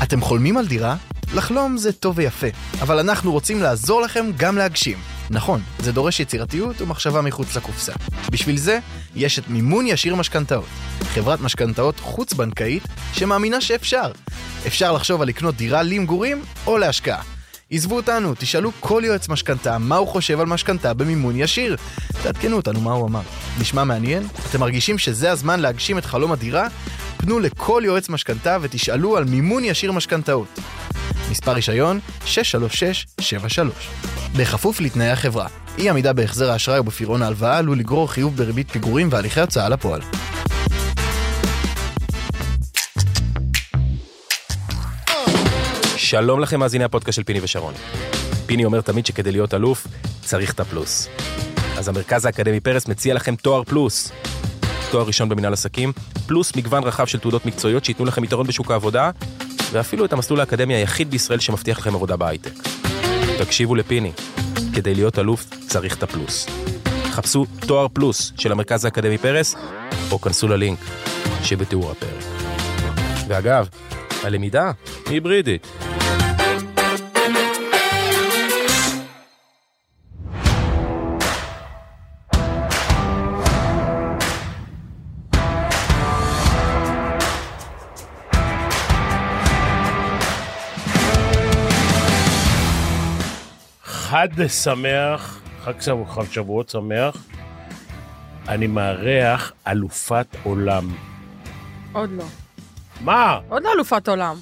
אתם חולמים על דירה? לחלום זה טוב ויפה, אבל אנחנו רוצים לעזור לכם גם להגשים. נכון, זה דורש יצירתיות ומחשבה מחוץ לקופסה. בשביל זה, יש את מימון ישיר משכנתאות. חברת משכנתאות חוץ-בנקאית שמאמינה שאפשר. אפשר לחשוב על לקנות דירה למגורים או להשקעה. עזבו אותנו, תשאלו כל יועץ משכנתה מה הוא חושב על משכנתה במימון ישיר. תעדכנו אותנו מה הוא אמר. נשמע מעניין? אתם מרגישים שזה הזמן להגשים את חלום הדירה? פנו לכל יועץ משכנתה ותשאלו על מימון ישיר משכנתאות. מספר רישיון 63673. בכפוף לתנאי החברה. אי עמידה בהחזר האשראי ובפירעון ההלוואה עלול לגרור חיוב בריבית פיגורים והליכי הוצאה לפועל. שלום לכם מאזיני הפודקאסט של פיני ושרון. פיני אומר תמיד שכדי להיות אלוף צריך את הפלוס. אז המרכז האקדמי פרס מציע לכם תואר פלוס. תואר ראשון במנהל עסקים, פלוס מגוון רחב של תעודות מקצועיות שייתנו לכם יתרון בשוק העבודה, ואפילו את המסלול האקדמי היחיד בישראל שמבטיח לכם עבודה בהייטק. תקשיבו לפיני, כדי להיות אלוף צריך את הפלוס. חפשו תואר פלוס של המרכז האקדמי פרס, או כנסו ללינק שבתיאור הפרק. ואגב, הלמידה היא היברידית. חג שמח, חג שבועות שמח, אני מארח אלופת עולם. עוד לא. מה? עוד לא אלופת עולם.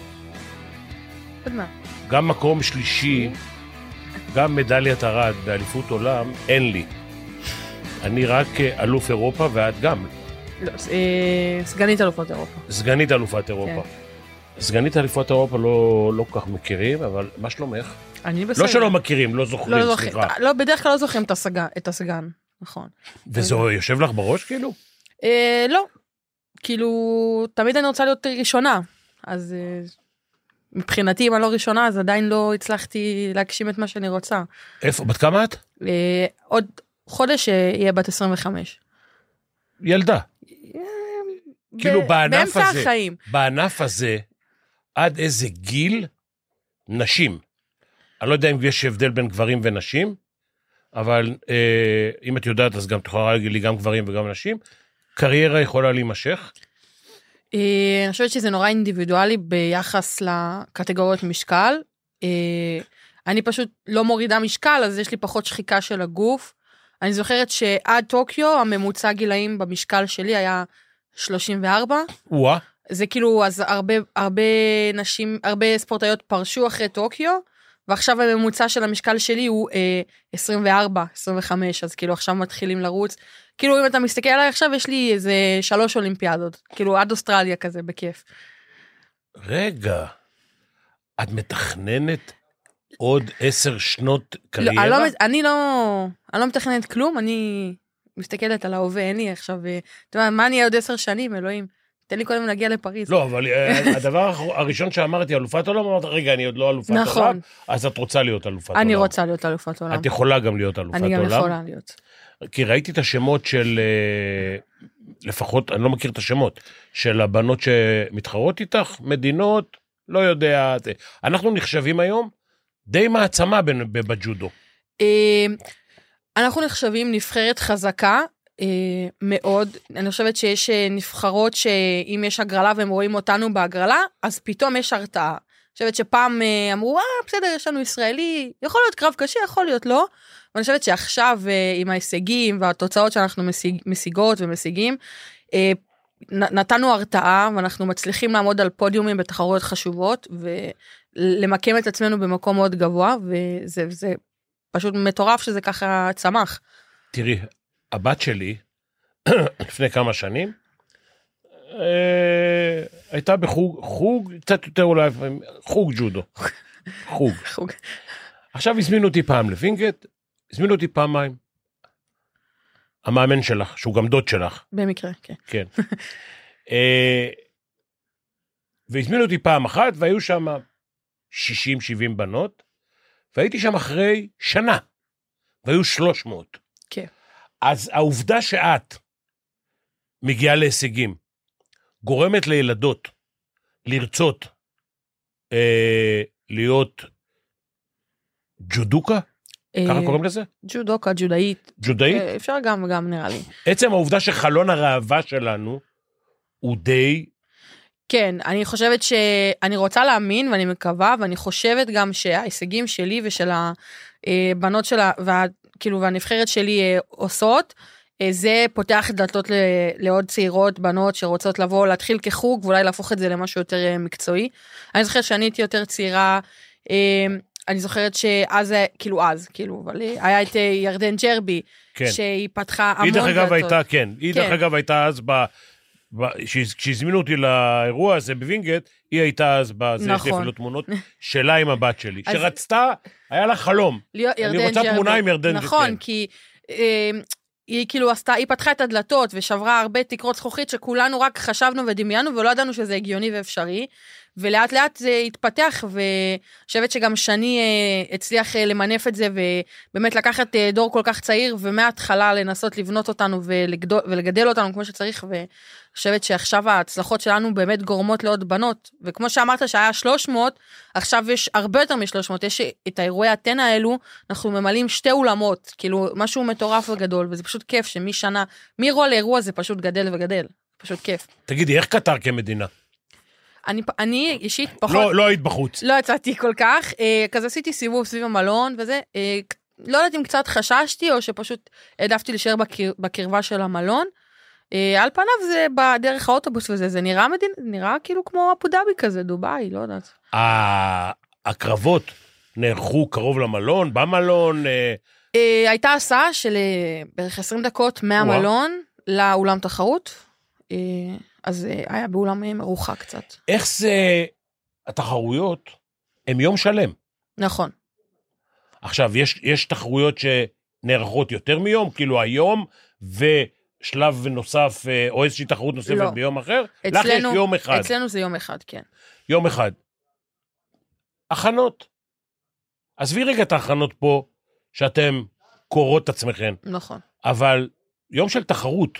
עוד מה? גם מקום שלישי, גם מדליית ארד באליפות עולם, אין לי. אני רק אלוף אירופה ואת גם. לא, סגנית אלופת אירופה. סגנית אלופת אירופה. כן. סגנית אלופת אירופה לא כל כך מכירים, אבל מה שלומך? אני בסדר. לא שלא מכירים, לא זוכרים, סליחה. לא, בדרך כלל לא זוכרים את הסגן, נכון. וזה יושב לך בראש כאילו? לא. כאילו, תמיד אני רוצה להיות ראשונה, אז מבחינתי אם אני לא ראשונה, אז עדיין לא הצלחתי להגשים את מה שאני רוצה. איפה? בת כמה את? עוד חודש יהיה בת 25. ילדה. כאילו בענף באמצע הזה, החיים. בענף הזה, עד איזה גיל נשים. אני לא יודע אם יש הבדל בין גברים ונשים, אבל אם את יודעת, אז גם תוכל להגיד לי גם גברים וגם נשים, קריירה יכולה להימשך? אני חושבת שזה נורא אינדיבידואלי ביחס לקטגוריות משקל. אני פשוט לא מורידה משקל, אז יש לי פחות שחיקה של הגוף. אני זוכרת שעד טוקיו, הממוצע גילאים במשקל שלי היה 34. וואה. זה כאילו, אז הרבה נשים, הרבה ספורטאיות פרשו אחרי טוקיו, ועכשיו הממוצע של המשקל שלי הוא 24, 25, אז כאילו עכשיו מתחילים לרוץ. כאילו אם אתה מסתכל עליי עכשיו, יש לי איזה 3 אולימפיאדות, כאילו עד אוסטרליה כזה, בכיף. רגע, את מתכננת עוד 10 שנות קריירה? לא, אני לא מתכננת כלום, אני מסתכלת על ההווה, אין לי עכשיו, אתה יודע, מה אני אהיה עוד 10 שנים, אלוהים? תן לי קודם להגיע לפריז. לא, אבל הדבר הראשון שאמרתי, אלופת עולם, אמרת, רגע, אני עוד לא אלופת נכון. עולם, אז את רוצה להיות אלופת עולם. אני רוצה להיות אלופת עולם. את יכולה גם להיות אלופת עולם. אני גם יכולה להיות. כי ראיתי את השמות של, לפחות, אני לא מכיר את השמות, של הבנות שמתחרות איתך, מדינות, לא יודע, אנחנו נחשבים היום די מעצמה בג'ודו. אנחנו נחשבים נבחרת חזקה, מאוד. אני חושבת שיש נבחרות שאם יש הגרלה והם רואים אותנו בהגרלה, אז פתאום יש הרתעה. אני חושבת שפעם אמרו, בסדר, יש לנו ישראלי, יכול להיות קרב קשה, יכול להיות לא. ואני חושבת שעכשיו עם ההישגים והתוצאות שאנחנו משיגות ומשיגים, נתנו הרתעה ואנחנו מצליחים לעמוד על פודיומים בתחרויות חשובות, ולמקם את עצמנו במקום מאוד גבוה, וזה פשוט מטורף שזה ככה צמח. תראי, הבת שלי, לפני כמה שנים, הייתה בחוג, קצת יותר אולי, חוג ג'ודו. חוג. עכשיו הזמינו אותי פעם לפינקט, הזמינו אותי פעמיים. המאמן שלך, שהוא גם דוד שלך. במקרה, כן. כן. והזמינו אותי פעם אחת, והיו שם 60-70 בנות, והייתי שם אחרי שנה, והיו 300. כן. אז העובדה שאת מגיעה להישגים, גורמת לילדות לרצות להיות ג'ודוקה? ככה קוראים לזה? ג'ודוקה, ג'ודאית. ג'ודאית? אפשר גם נראה לי. עצם העובדה שחלון הראווה שלנו הוא די... כן, אני חושבת שאני רוצה להאמין, ואני מקווה, ואני חושבת גם שההישגים שלי ושל הבנות שלה, כאילו, והנבחרת שלי עושות, זה פותח דלתות לעוד צעירות, בנות שרוצות לבוא, להתחיל כחוג, ואולי להפוך את זה למשהו יותר מקצועי. אני זוכרת שאני הייתי יותר צעירה, אני זוכרת שאז, אבל היה את ירדן ג'רבי, שהיא פתחה המון דלתות. היא דרך אגב הייתה, כן, היא דרך אגב הייתה אז כשהזמינו אותי לאירוע הזה בווינגייט, היא הייתה אז בזה, יש לי אפילו תמונות שלה עם הבת שלי, שרצתה, היה לה חלום. אני רוצה תמונה עם ירדן ג'רבי. נכון, כי היא כאילו עשתה, היא פתחה את הדלתות ושברה הרבה תקרות זכוכית שכולנו רק חשבנו ודמיינו ולא ידענו שזה הגיוני ואפשרי, ולאט לאט זה התפתח, וחושבת שגם שני הצליח למנף את זה, ובאמת לקחת דור כל כך צעיר, ומההתחלה לנסות לבנות אותנו ולגדל אותנו כמו שצריך, וחושבת שעכשיו ההצלחות שלנו באמת גורמות לעוד בנות, וכמו שאמרת שהיה 300, עכשיו יש הרבה יותר מ-300, יש את האירועי אתנה האלו, אנחנו ממלאים 2 אולמות, כאילו משהו מטורף וגדול, וזה פשוט כיף שמשנה, מאירוע לאירוע זה פשוט גדל וגדל, פשוט כיף. תגידי, איך קטר כמדינה? אני אישית פחות... לא היית בחוץ. לא יצאתי כל כך, כזה עשיתי סיבוב סביב המלון וזה, לא יודעת אם קצת חששתי, או שפשוט העדפתי להישאר בקרבה של המלון, על פניו זה בדרך האוטובוס וזה, זה נראה כאילו כמו אבו דאבי כזה, דובאי, לא יודעת. הקרבות נערכו קרוב למלון, במלון? הייתה הסעה של בערך 20 דקות מהמלון לאולם תחרות, אז היה באולם מרוחק קצת. איך זה, התחרויות, הם יום שלם. נכון. עכשיו, יש תחרויות שנערכות יותר מיום, כאילו היום, ושלב נוסף, או איזושהי תחרות נוספת לא. ביום אחר? לך יש יום אחד. אצלנו זה יום אחד, כן. יום אחד. הכנות. עזבי רגע את ההכנות פה, שאתם קורות את עצמכם. נכון. אבל יום של תחרות,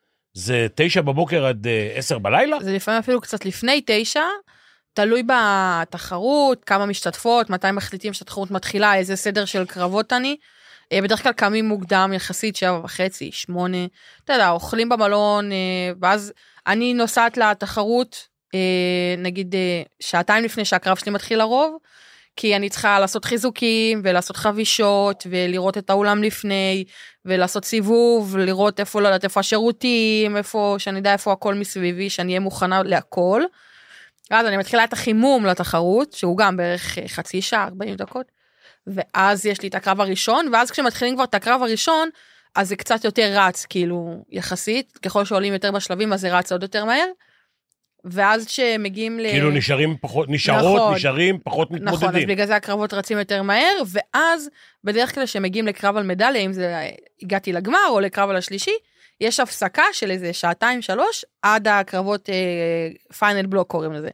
זה 9 בבוקר עד 10 בלילה? זה לפעמים אפילו קצת לפני 9, תלוי בתחרות, כמה משתתפות, מתי מחליטים שהתחרות מתחילה, איזה סדר של קרבות אני. בדרך כלל קמים מוקדם יחסית 7:30, 8, אתה יודע, אוכלים במלון, ואז אני נוסעת לתחרות, נגיד 2 לפני שהקרב שלי מתחיל לרוב, כי אני צריכה לעשות חיזוקים, ולעשות חבישות, ולראות את האולם לפני, ולעשות סיבוב, לראות איפה, לא יודעת, איפה השירותים, איפה, שאני יודע איפה הכל מסביבי, שאני אהיה מוכנה להכל. אז אני מתחילה את החימום לתחרות, שהוא גם בערך חצי שעה, 40 דקות, ואז יש לי את הקרב הראשון, ואז כשמתחילים כבר את הקרב הראשון, אז זה קצת יותר רץ, כאילו, יחסית, ככל שעולים יותר בשלבים, אז זה רץ עוד יותר מהר, ואז כשמגיעים כאילו נשארים פחות, נשארים פחות מתמודדים. נכון, אז בגלל זה הקרבות רצים יותר מהר, ואז בדרך כלל שמגיעים לקרב על מדליה, אם זה הגעתי לגמר או לקרב על השלישי, יש הפסקה של איזה 2-3, עד הקרבות פיינל בלוק קוראים לזה.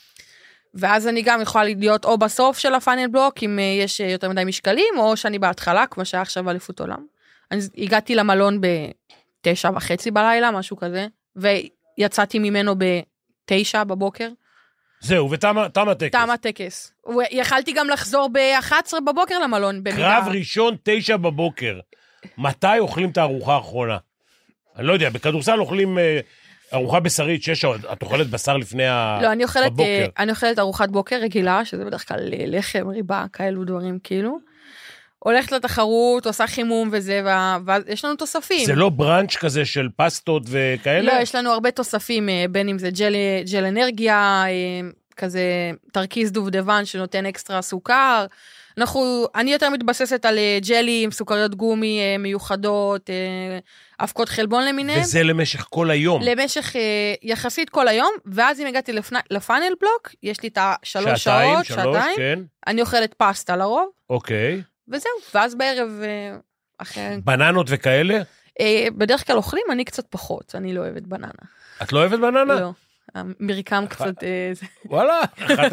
ואז אני גם יכולה להיות או בסוף של הפיינל בלוק, אם יש יותר מדי משקלים, או שאני בהתחלה, כמו שהיה עכשיו באליפות עולם. אני הגעתי למלון ב9:30 בלילה, משהו כזה, ויצאתי ממנו ב9 בבוקר. זהו, ותם הטקס. תם הטקס. יכלתי גם לחזור ב11 בבוקר למלון. קרב ראשון 9 בבוקר. מתי אוכלים את הארוחה האחרונה? אני לא יודע, בכדורסל אוכלים ארוחה בשרית 6 שעות. את אוכלת בשר לפני הבוקר? לא, אני אוכלת ארוחת בוקר רגילה, שזה בדרך כלל לחם, ריבה, כאלו דברים כאילו. הולכת לתחרות, עושה חימום וזה, ויש לנו תוספים. זה לא ברנץ' כזה של פסטות וכאלה? לא, יש לנו הרבה תוספים, בין אם זה ג'ל אנרגיה, כזה תרכיז דובדבן שנותן אקסטרה סוכר. אני יותר מתבססת על ג'לים, סוכריות גומי מיוחדות, אבקות חלבון למיניהם. וזה למשך כל היום? למשך יחסית כל היום, ואז אם הגעתי לפיינל בלוק, יש לי את 3 שעות, שעתיים, כן. אני אוכלת פסטה לרוב. אוקיי. וזהו, ואז בערב אחרי... בננות וכאלה? בדרך כלל אוכלים, אני קצת פחות, אני לא אוהבת בננה. את לא אוהבת בננה? לא, מרקם קצת... וואלה,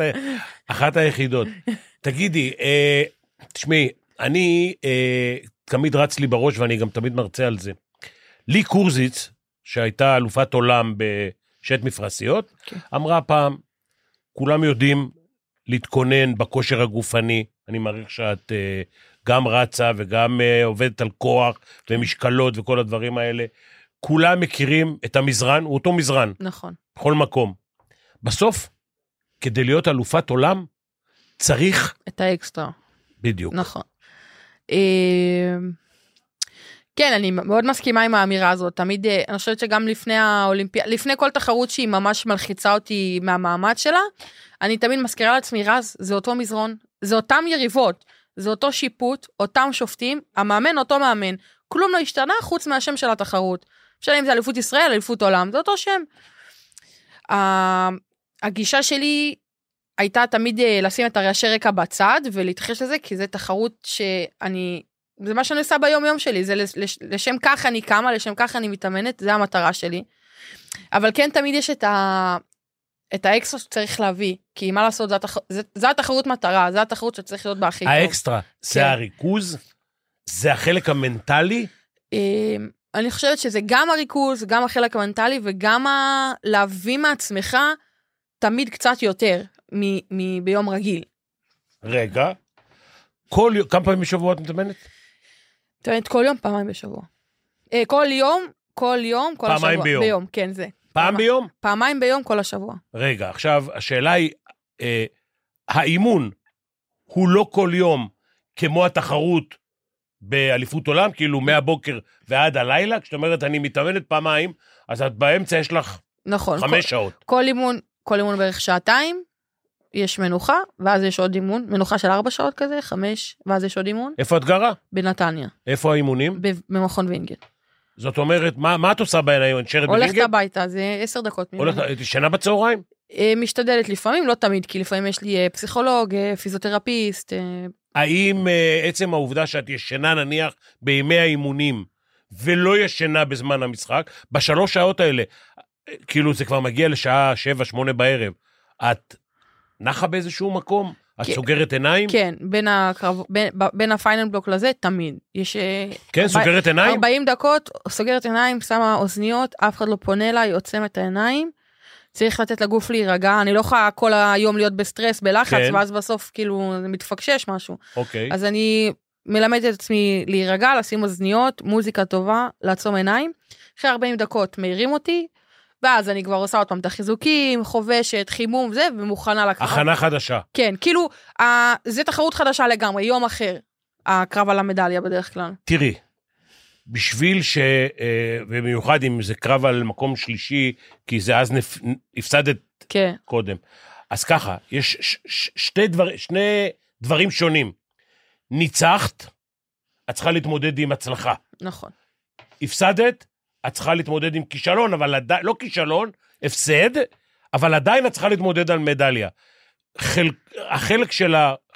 אחת היחידות. תגידי, תשמעי, אני תמיד רץ לי בראש, ואני גם תמיד מרצה על זה. לי קורזיץ, שהייתה אלופת עולם בשט מפרסיות, אמרה פעם, כולם יודעים להתכונן בכושר הגופני, אני מעריך שאת גם רצה וגם עובדת על כוח ומשקלות וכל הדברים האלה, כולם מכירים את המזרן, הוא אותו מזרן. נכון. בכל מקום. בסוף, כדי להיות אלופת עולם, צריך... את האקסטרה. בדיוק. נכון. כן, אני מאוד מסכימה עם האמירה הזאת. תמיד, אני חושבת שגם לפני לפני כל תחרות שהיא ממש מלחיצה אותי מהמעמד שלה, אני תמיד מזכירה לעצמי, רז, זה אותו מזרון, זה אותם יריבות, זה אותו שיפוט, אותם שופטים, המאמן אותו מאמן. כלום לא השתנה חוץ מהשם של התחרות. אפשר אם זה אליפות ישראל, אליפות עולם, זה אותו שם. הגישה שלי הייתה תמיד לשים את הרעשי רקע בצד, ולהתייחס לזה, כי זה תחרות שאני, זה מה שאני עושה ביום יום שלי, זה לשם כך אני קמה, לשם כך אני מתאמנת, זה המטרה שלי. אבל כן תמיד יש את האקסטרה שצריך להביא, כי מה לעשות, זה התחרות מטרה, זה התחרות שצריך להיות בהכי טוב. האקסטרה, זה הריכוז, זה החלק המנטלי? אני חושבת שזה גם הריכוז, גם החלק המנטלי, וגם להביא מעצמך תמיד קצת יותר ביום רגיל. רגע, כמה פעמים בשבוע את מתאמנת? מתאמנת כל יום, פעמיים בשבוע. כל יום, כל השבוע. פעמיים ביום. כן, זה. פעם ביום? פעמיים ביום כל השבוע. רגע, עכשיו, השאלה היא, האימון הוא לא כל יום כמו התחרות באליפות עולם, כאילו מהבוקר ועד הלילה, כשאת אומרת אני מתאמנת פעמיים, אז את באמצע יש לך נכון, 5 שעות. כל אימון בערך שעתיים, יש מנוחה, ואז יש עוד אימון, מנוחה של 4 שעות כזה, 5, ואז יש עוד אימון. איפה את גרה? בנתניה. איפה האימונים? במכון וינגייט. זאת אומרת, מה את עושה בעיניים? נשארת בווינגייט? הולכת הביתה, זה 10 דקות. ישנה בצהריים? משתדלת לפעמים, לא תמיד, כי לפעמים יש לי פסיכולוג, פיזיותרפיסט. האם עצם העובדה שאת ישנה נניח בימי האימונים, ולא ישנה בזמן המשחק, ב3 שעות האלה, כאילו זה כבר מגיע לשעה 7-8 בערב, את נחה באיזשהו מקום? את סוגרת עיניים? כן, בין הפיינל בלוק לזה, תמיד. יש... כן, סוגרת עיניים? 40 דקות, סוגרת עיניים, שמה אוזניות, אף אחד לא פונה לה, יוצם את העיניים, צריך לתת לגוף להירגע, אני לא יכולה כל היום להיות בסטרס, בלחץ, כן. ואז בסוף כאילו זה מתפקשש משהו. אוקיי. אז אני מלמדת את עצמי להירגע, לשים אוזניות, מוזיקה טובה, לעצום עיניים, אחרי 40 דקות מהירים אותי, ואז אני כבר עושה עוד פעם את החיזוקים, חובשת, חימום וזה, ומוכנה לקרב. הכנה חדשה. כן, כאילו, זה תחרות חדשה לגמרי, יום אחר, הקרב על המדליה בדרך כלל. תראי, בשביל במיוחד אם זה קרב על מקום שלישי, כי זה אז הפסדת כן. קודם. אז ככה, יש שני דברים שונים. ניצחת, את צריכה להתמודד עם הצלחה. נכון. הפסדת, את צריכה להתמודד עם כישלון, אבל לא כישלון, הפסד, אבל עדיין את צריכה להתמודד על מדליה. החלק של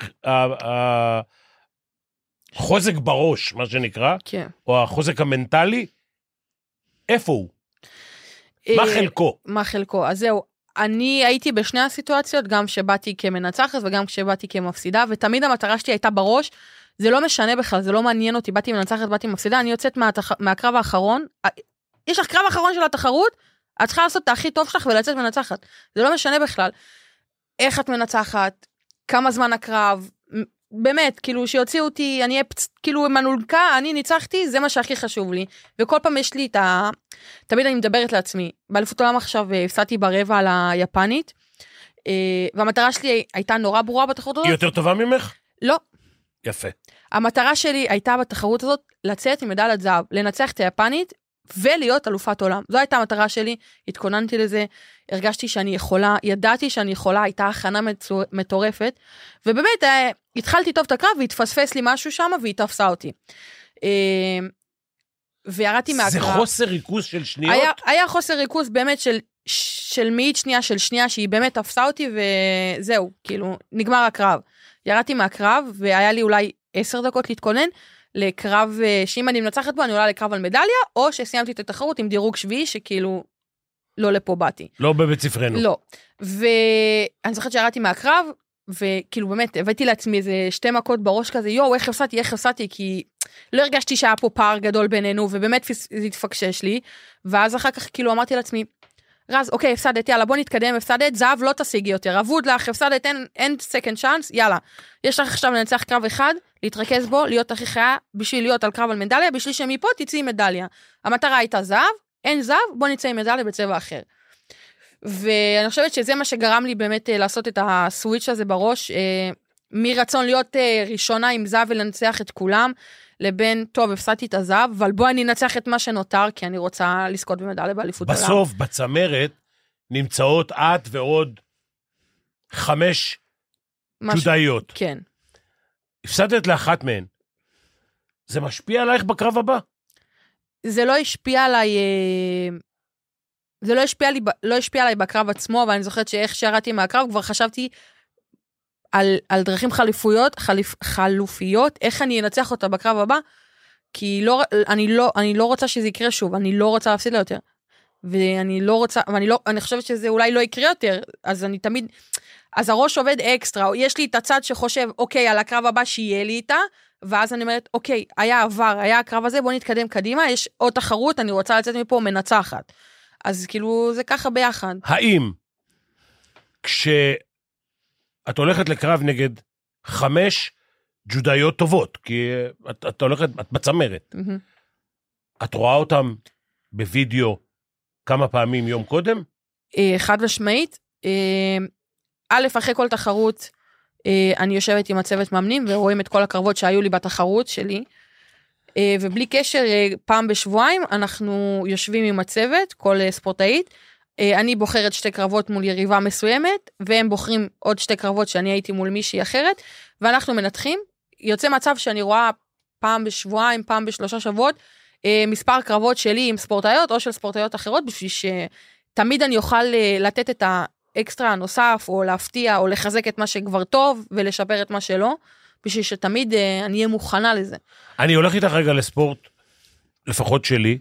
החוזק בראש, מה שנקרא, כן. או החוזק המנטלי, איפה הוא? מה חלקו? מה חלקו? אז זהו, אני הייתי בשני הסיטואציות, גם כשבאתי כמנצחת וגם כשבאתי כמפסידה, ותמיד המטרה שלי הייתה בראש, זה לא משנה בכלל, זה לא מעניין אותי, באתי מנצחת, באתי מפסידה, אני יוצאת מהקרב האחרון, יש לך קרב האחרון של התחרות, את צריכה לעשות את הכי טוב שלך ולצאת מנצחת, זה לא משנה בכלל, איך את מנצחת, כמה זמן הקרב, באמת, כאילו שיוציאו אותי, אני אהיה כאילו מנולקה, אני ניצחתי, זה מה שהכי חשוב לי, וכל פעם יש לי תמיד אני מדברת לעצמי, באליפות העולם עכשיו הפסדתי ברבע על היפנית, והמטרה שלי הייתה נורא ברורה בתחרות הזאת. היא יותר טובה ממך? לא. יפה. המטרה שלי הייתה בתחרות הזאת, לצאת עם מדליית זהב, לנצח את היפנית, ולהיות אלופת עולם. זו הייתה המטרה שלי, התכוננתי לזה, הרגשתי שאני יכולה, ידעתי שאני יכולה, הייתה הכנה מטורפת, ובאמת, התחלתי טוב את הקרב, והתפספס לי משהו שם, והיא תפסה אותי. וירדתי מהקרב. זה חוסר ריכוז של שניות? היה חוסר ריכוז באמת של מאית שנייה, של שנייה, שהיא באמת תפסה אותי, וזהו, כאילו, נגמר הקרב. ירדתי מהקרב, והיה לי אולי 10 דקות להתכונן, לקרב, שאם אני מנצחת בו, אני עולה לקרב על מדליה, או שסיימתי את התחרות עם דירוג שביעי, שכאילו, לא לפה באתי. לא בבית ספרנו. לא. ואני זוכרת שירדתי מהקרב, וכאילו באמת, הבאתי לעצמי איזה 2 מכות בראש כזה, יואו, איך הפסדתי, כי לא הרגשתי שהיה פה פער גדול בינינו, ובאמת זה התפקשש לי, ואז אחר כך כאילו אמרתי לעצמי, רז, אוקיי, הפסדת, יאללה, בוא נתקדם, הפסדת, זהב לא תשיגי יותר, אבוד לך, הפסדת, אין second chance, יאללה. יש לך עכשיו לנצח קרב אחד, להתרכז בו, להיות הכי חיה, בשביל להיות על קרב על מדליה, בשביל שמפה תצאי עם מדליה. המטרה הייתה זהב, אין זהב, בוא נצא עם מדליה בצבע אחר. ואני חושבת שזה מה שגרם לי באמת לעשות את הסוויץ' הזה בראש, מרצון להיות ראשונה עם זהב ולנצח את כולם, לבין, טוב, הפסדתי את הזהב, אבל בוא אני אנצח את מה שנותר, כי אני רוצה לזכות במדליה באליפות העולם. בסוף, בצמרת, נמצאות את ועוד 5 ג'ודאיות. כן. הפסדת לאחת מהן. זה משפיע עלייך בקרב הבא? זה לא השפיע עליי, זה לא השפיע עליי בקרב עצמו, אבל אני זוכרת שאיך שירדתי מהקרב, כבר חשבתי על דרכים חלופיות, איך אני אנצח אותה בקרב הבא, כי אני לא רוצה שזה יקרה שוב, אני לא רוצה להפסיד לה יותר. אני חושבת שזה אולי לא יקרה יותר, אז הראש עובד אקסטרה, יש לי את הצד שחושב, אוקיי, על הקרב הבא שיהיה לי איתה, ואז אני אומרת, אוקיי, היה הקרב הזה, בוא נתקדם קדימה, יש עוד תחרות, אני רוצה לצאת מפה מנצחת. אז כאילו, זה ככה ביחד. האם, כשאת הולכת לקרב נגד 5 ג'ודאיות טובות, כי את הולכת, את בצמרת, את רואה אותם בווידאו כמה פעמים יום קודם? חד משמעית. א', אחרי כל תחרות, אני יושבת עם הצוות מאמנים, ורואים את כל הקרבות שהיו לי בתחרות שלי, ובלי קשר, פעם בשבועיים, אנחנו יושבים עם הצוות, כל ספורטאית, אני בוחרת 2 קרבות מול יריבה מסוימת, והם בוחרים עוד 2 קרבות שאני הייתי מול מישהי אחרת, ואנחנו מנתחים, יוצא מצב שאני רואה פעם בשבועיים, פעם ב3 שבועות, מספר קרבות שלי עם ספורטאיות, או של ספורטאיות אחרות, בשביל שתמיד אני אוכל לתת את האקסטרה הנוסף, או להפתיע, או לחזק את מה שכבר טוב, ולשפר את מה שלא, בשביל שתמיד אני אהיה מוכנה לזה. אני הולך איתך רגע לספורט, לפחות שלי.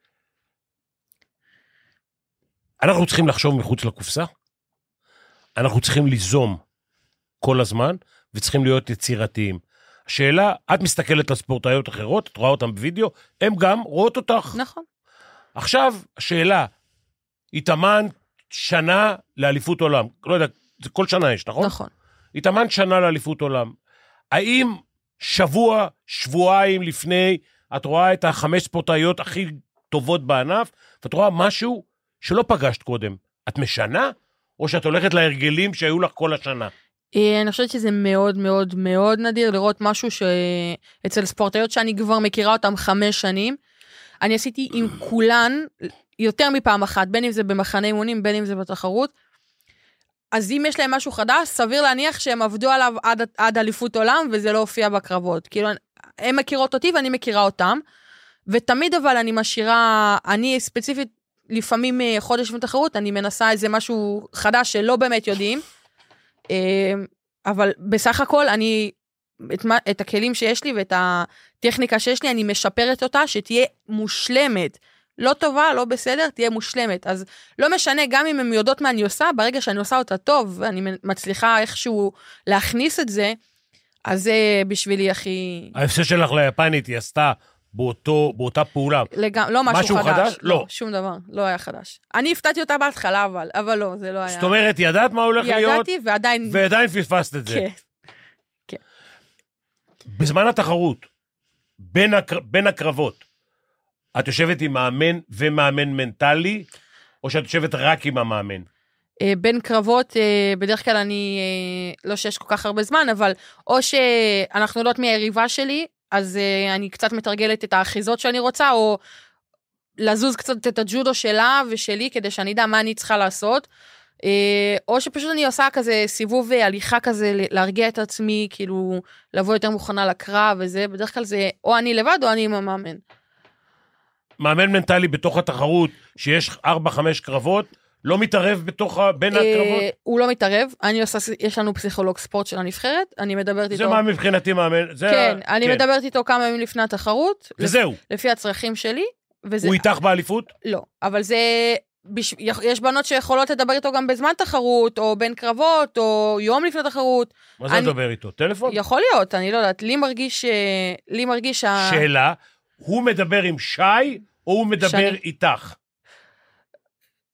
אנחנו צריכים לחשוב מחוץ לקופסה, אנחנו צריכים ליזום כל הזמן, וצריכים להיות יצירתיים. השאלה, את מסתכלת על ספורטאיות אחרות, את רואה אותן בווידאו, הם גם רואות אותך. נכון. עכשיו, השאלה, התאמן שנה לאליפות עולם, לא יודע, זה כל שנה יש, נכון? נכון. התאמן שנה לאליפות עולם. האם שבוע, שבועיים לפני, את רואה את 5 ספורטאיות הכי טובות בענף, ואת רואה משהו שלא פגשת קודם. את משנה, או שאת הולכת להרגלים שהיו לך כל השנה? אני חושבת שזה מאוד מאוד מאוד נדיר לראות משהו שאצל ספורטאיות שאני כבר מכירה אותם 5 שנים. אני עשיתי עם כולן יותר מפעם אחת, בין אם זה במחנה אימונים, בין אם זה בתחרות. אז אם יש להם משהו חדש, סביר להניח שהם עבדו עליו עד אליפות עולם, וזה לא הופיע בקרבות. כאילו, הם מכירות אותי ואני מכירה אותם, ותמיד אבל אני משאירה, אני ספציפית, לפעמים חודש מתחרות, אני מנסה איזה משהו חדש שלא באמת יודעים, אבל בסך הכל אני, את הכלים שיש לי ואת הטכניקה שיש לי, אני משפרת אותה שתהיה מושלמת, לא טובה, לא בסדר, תהיה מושלמת. אז לא משנה, גם אם הם יודעות מה אני עושה, ברגע שאני עושה אותה טוב, ואני מצליחה איכשהו להכניס את זה, אז זה בשבילי הכי... ההפסד שלך ליפנית היא עשתה באותה פעולה. לא משהו חדש. לא. שום דבר, לא היה חדש. אני הפתעתי אותה בהתחלה, אבל לא, זה לא היה... זאת אומרת, ידעת מה הולך להיות? ידעתי, ועדיין פספסת את זה. כן. בזמן התחרות, בין הקרבות, את יושבת עם מאמן ומאמן מנטלי, או שאת יושבת רק עם המאמן? בין קרבות, בדרך כלל אני, לא שיש כל כך הרבה זמן, אבל או שאנחנו יודעות מהיריבה שלי, אז אני קצת מתרגלת את האחיזות שאני רוצה, או לזוז קצת את הג'ודו שלה ושלי, כדי שאני אדע מה אני צריכה לעשות, או שפשוט אני עושה כזה סיבוב הליכה כזה, להרגיע את עצמי, כאילו לבוא יותר מוכנה לקרב וזה, בדרך כלל זה או אני לבד או אני עם המאמן. מאמן מנטלי בתוך התחרות, שיש 4-5 קרבות, לא מתערב בין הקרבות? הוא לא מתערב, יש לנו פסיכולוג ספורט של הנבחרת, אני מדברת איתו... זה מה מבחינתי מאמן? כן, אני מדברת איתו כמה ימים לפני התחרות. וזהו. לפי הצרכים שלי. הוא איתך באליפות? לא, אבל זה... יש בנות שיכולות לדבר איתו גם בזמן תחרות, או בין קרבות, או יום לפני תחרות. מה זה לדבר איתו? טלפון? יכול להיות, אני לא יודעת. לי מרגיש שאלה, הוא מדבר עם שי, או הוא מדבר איתך?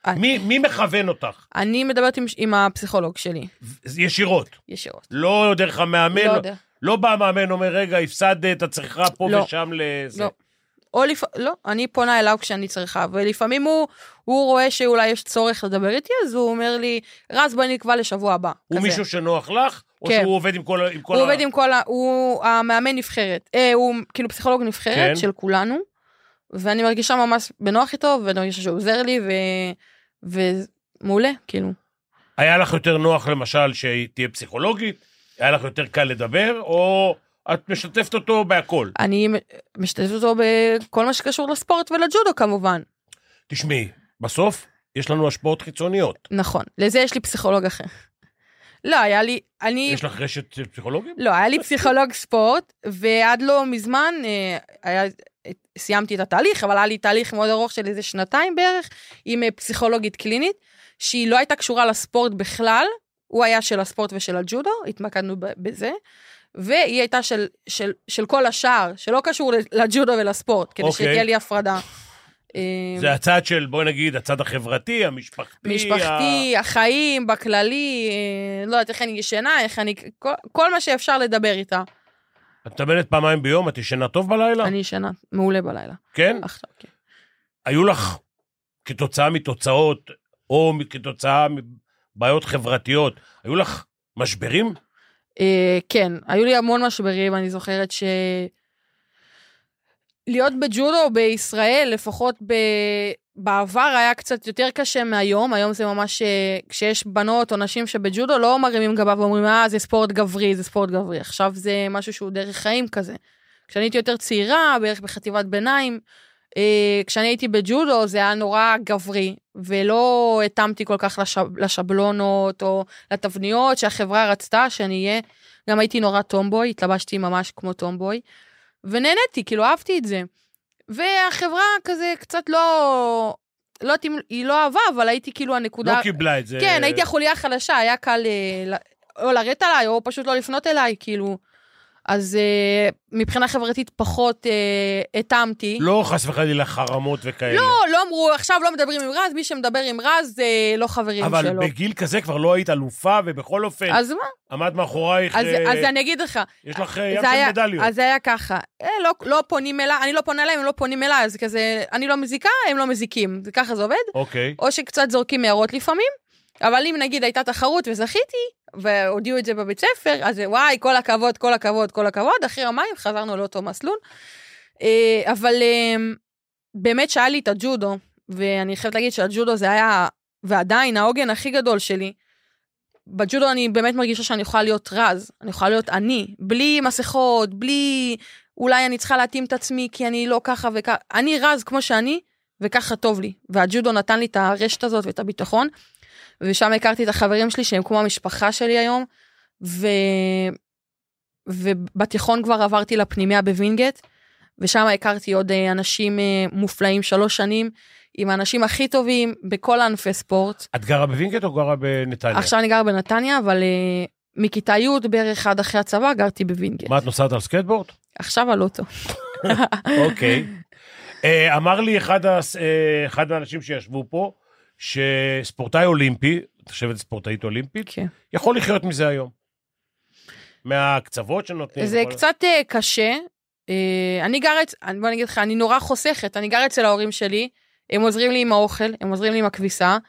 מי מכוון אותך? אני מדברת עם הפסיכולוג שלי. ישירות. ישירות. לא דרך המאמן? לא יודע. לא בא המאמן, אומר, רגע, הפסדת, אתה צריכה פה לא. ושם לזה. לא. לא, אני פונה אליו כשאני צריכה, ולפעמים הוא רואה שאולי יש צורך לדבר איתי, אז הוא אומר לי, רז, בואי נקבע לשבוע הבא. הוא כזה. מישהו שנוח לך? או כן. שהוא עובד עם כל הוא עובד עם כל הוא המאמן נבחרת. הוא כאילו פסיכולוג נבחרת כן. של כולנו, ואני מרגישה ממש בנוח איתו, ואני מרגישה שהוא עוזר לי, ומעולה, כאילו. היה לך יותר נוח, למשל, שהיא תהיה פסיכולוגית? היה לך יותר קל לדבר? או את משתפת אותו בהכל? אני משתתפת אותו בכל מה שקשור לספורט ולג'ודו, כמובן. תשמעי, בסוף יש לנו השפעות חיצוניות. נכון, לזה יש לי פסיכולוג אחר. לא, היה לי, יש לך רשת של פסיכולוגים? לא, היה לי פסיכולוג ספורט, ועד לא מזמן סיימתי את התהליך, אבל היה לי תהליך מאוד ארוך של איזה 2 בערך, עם פסיכולוגית קלינית, שהיא לא הייתה קשורה לספורט בכלל, הוא היה של הספורט ושל הג'ודו, התמקדנו בזה, והיא הייתה של כל השאר, שלא קשור לג'ודו ולספורט, כדי שתהיה לי הפרדה. זה הצד של, בואי נגיד, הצד החברתי, המשפחתי. החיים, בכללי, לא יודעת איך אני ישנה, כל מה שאפשר לדבר איתה. את מתאמנת פעמיים ביום, את ישנה טוב בלילה? אני ישנה מעולה בלילה. כן? עכשיו, כן. היו לך, כתוצאה מתוצאות, או כתוצאה מבעיות חברתיות, היו לך משברים? כן, היו לי המון משברים, אני זוכרת להיות בג'ודו בישראל, לפחות בעבר היה קצת יותר קשה מהיום, היום זה ממש, כשיש בנות או נשים שבג'ודו לא מרימים גבה ואומרים, זה ספורט גברי, זה ספורט גברי, עכשיו זה משהו שהוא דרך חיים כזה. כשאני הייתי יותר צעירה, בערך בחטיבת ביניים, כשאני הייתי בג'ודו זה היה נורא גברי, ולא התאמתי כל כך לשבלונות או לתבניות שהחברה רצתה שאני אהיה, גם הייתי נורא טומבוי, התלבשתי ממש כמו טומבוי, ונהניתי, כאילו אהבתי את זה. והחברה כזה קצת לא היא לא אהבה, אבל הייתי כאילו הנקודה... לא קיבלה את זה. כן, הייתי החוליה החלשה, היה קל או לרדת עליי, או פשוט לא לפנות אליי, כאילו. אז מבחינה חברתית פחות התאמתי. לא חס וחלילה חרמות וכאלה. לא אמרו, עכשיו לא מדברים עם רז, מי שמדבר עם רז זה לא חברים שלו. אבל בגיל כזה כבר לא היית אלופה, ובכל אופן... אז מה? עמד מאחורייך... אז אני אגיד לך. יש לך ים של מדליות. אז זה היה ככה. לא פונים אליי, אני לא פונה אליי, הם לא פונים אליי, אז כזה, אני לא מזיקה, הם לא מזיקים. ככה זה עובד. אוקיי. או שקצת זורקים הערות לפעמים, אבל אם נגיד הייתה תחרות וזכיתי, והודיעו את זה בבית ספר, אז וואי, כל הכבוד, כל הכבוד, כל הכבוד, אחרי יומיים חזרנו לאותו מסלול. אבל באמת שהיה לי את הג'ודו, ואני חייבת להגיד שהג'ודו זה היה, ועדיין העוגן הכי גדול שלי, בג'ודו אני באמת מרגישה שאני יכולה להיות רז, אני יכולה להיות אני, בלי מסכות, בלי, אולי אני צריכה להתאים את עצמי, כי אני לא ככה וככה, אני רז כמו שאני, וככה טוב לי, והג'ודו נתן לי את הרשת הזאת ואת הביטחון, ושם הכרתי את החברים שלי, שהם כמו המשפחה שלי היום, ובתיכון כבר עברתי לפנימיה בווינגט, ושם הכרתי עוד אנשים מופלאים 3 שנים, עם האנשים הכי טובים בכל ענפי ספורט. את גרה בווינגט או גרה בנתניה? עכשיו אני גרה בנתניה, אבל מכיתה י' בערך עד אחרי הצבא גרתי בווינגט. מה, את נוסעת על סקייטבורד? עכשיו על אוטו. אוקיי. אמר לי אחד מהאנשים שישבו פה, שספורטאי אולימפי, תחשבת ספורטאית אולימפית, כן. יכול לחיות מזה היום. מהקצוות שנותנים. זה קצת קשה. בוא נגיד לך, אני נורא חוסכת, אני גר אצל ההורים שלי, הם עוזרים לי עם האוכל, הם עוזרים לי עם הכביסה,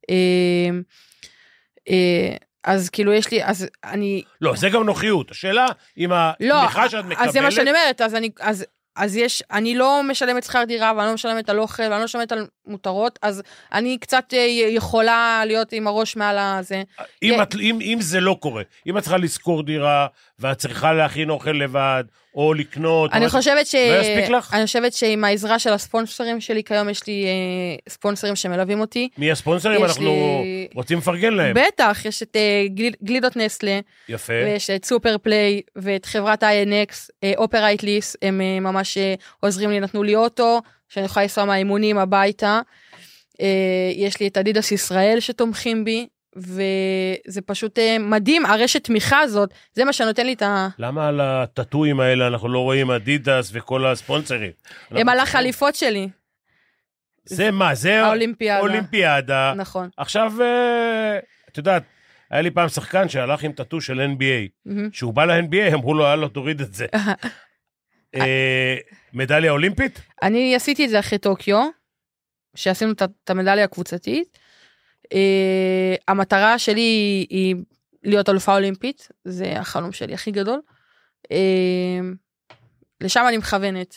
אז כאילו יש לי, אז אני... לא, זה גם נוחיות. השאלה, עם התמיכה שאת מקבלת... אז זה מה שאני אומרת, אז אני לא משלמת שכר דירה, ואני לא משלמת על אוכל, ואני לא משלמת על מותרות, אז אני קצת יכולה להיות עם הראש מעל הזה. אם זה לא קורה, אם את צריכה לשכור דירה, ואת צריכה להכין אוכל לבד, או לקנות... אני חושבת לא יספיק לך? אני חושבת שעם העזרה של הספונסרים שלי, כיום יש לי ספונסרים שמלווים אותי. מי הספונסרים? אנחנו רוצים לפרגן להם. בטח, יש את גלידות נסלה. יפה. ויש את סופר פליי, ואת חברת INX, אופרייט ליס, הם ממש עוזרים לי, נתנו לי אוטו, שאני יכולה לנסוע מהאימונים הביתה. יש לי את אדידס ישראל שתומכים בי, וזה פשוט מדהים, הרשת תמיכה הזאת, זה מה שנותן לי את ה... למה על הטטואים האלה אנחנו לא רואים אדידס וכל הספונסרים? הם על החליפות שלי. זה מה? זה האולימפיאדה. אולימפיאדה. נכון. עכשיו, את יודעת, היה לי פעם שחקן שהלך עם טאטו של NBA. שהוא בא ל-NBA, אמרו לו, לא, תוריד את זה. מדליה אולימפית? אני עשיתי את זה אחרי טוקיו, שעשינו את המדליה הקבוצתית. המטרה שלי היא להיות אלופה אולימפית, זה החלום שלי הכי גדול. לשם אני מכוונת.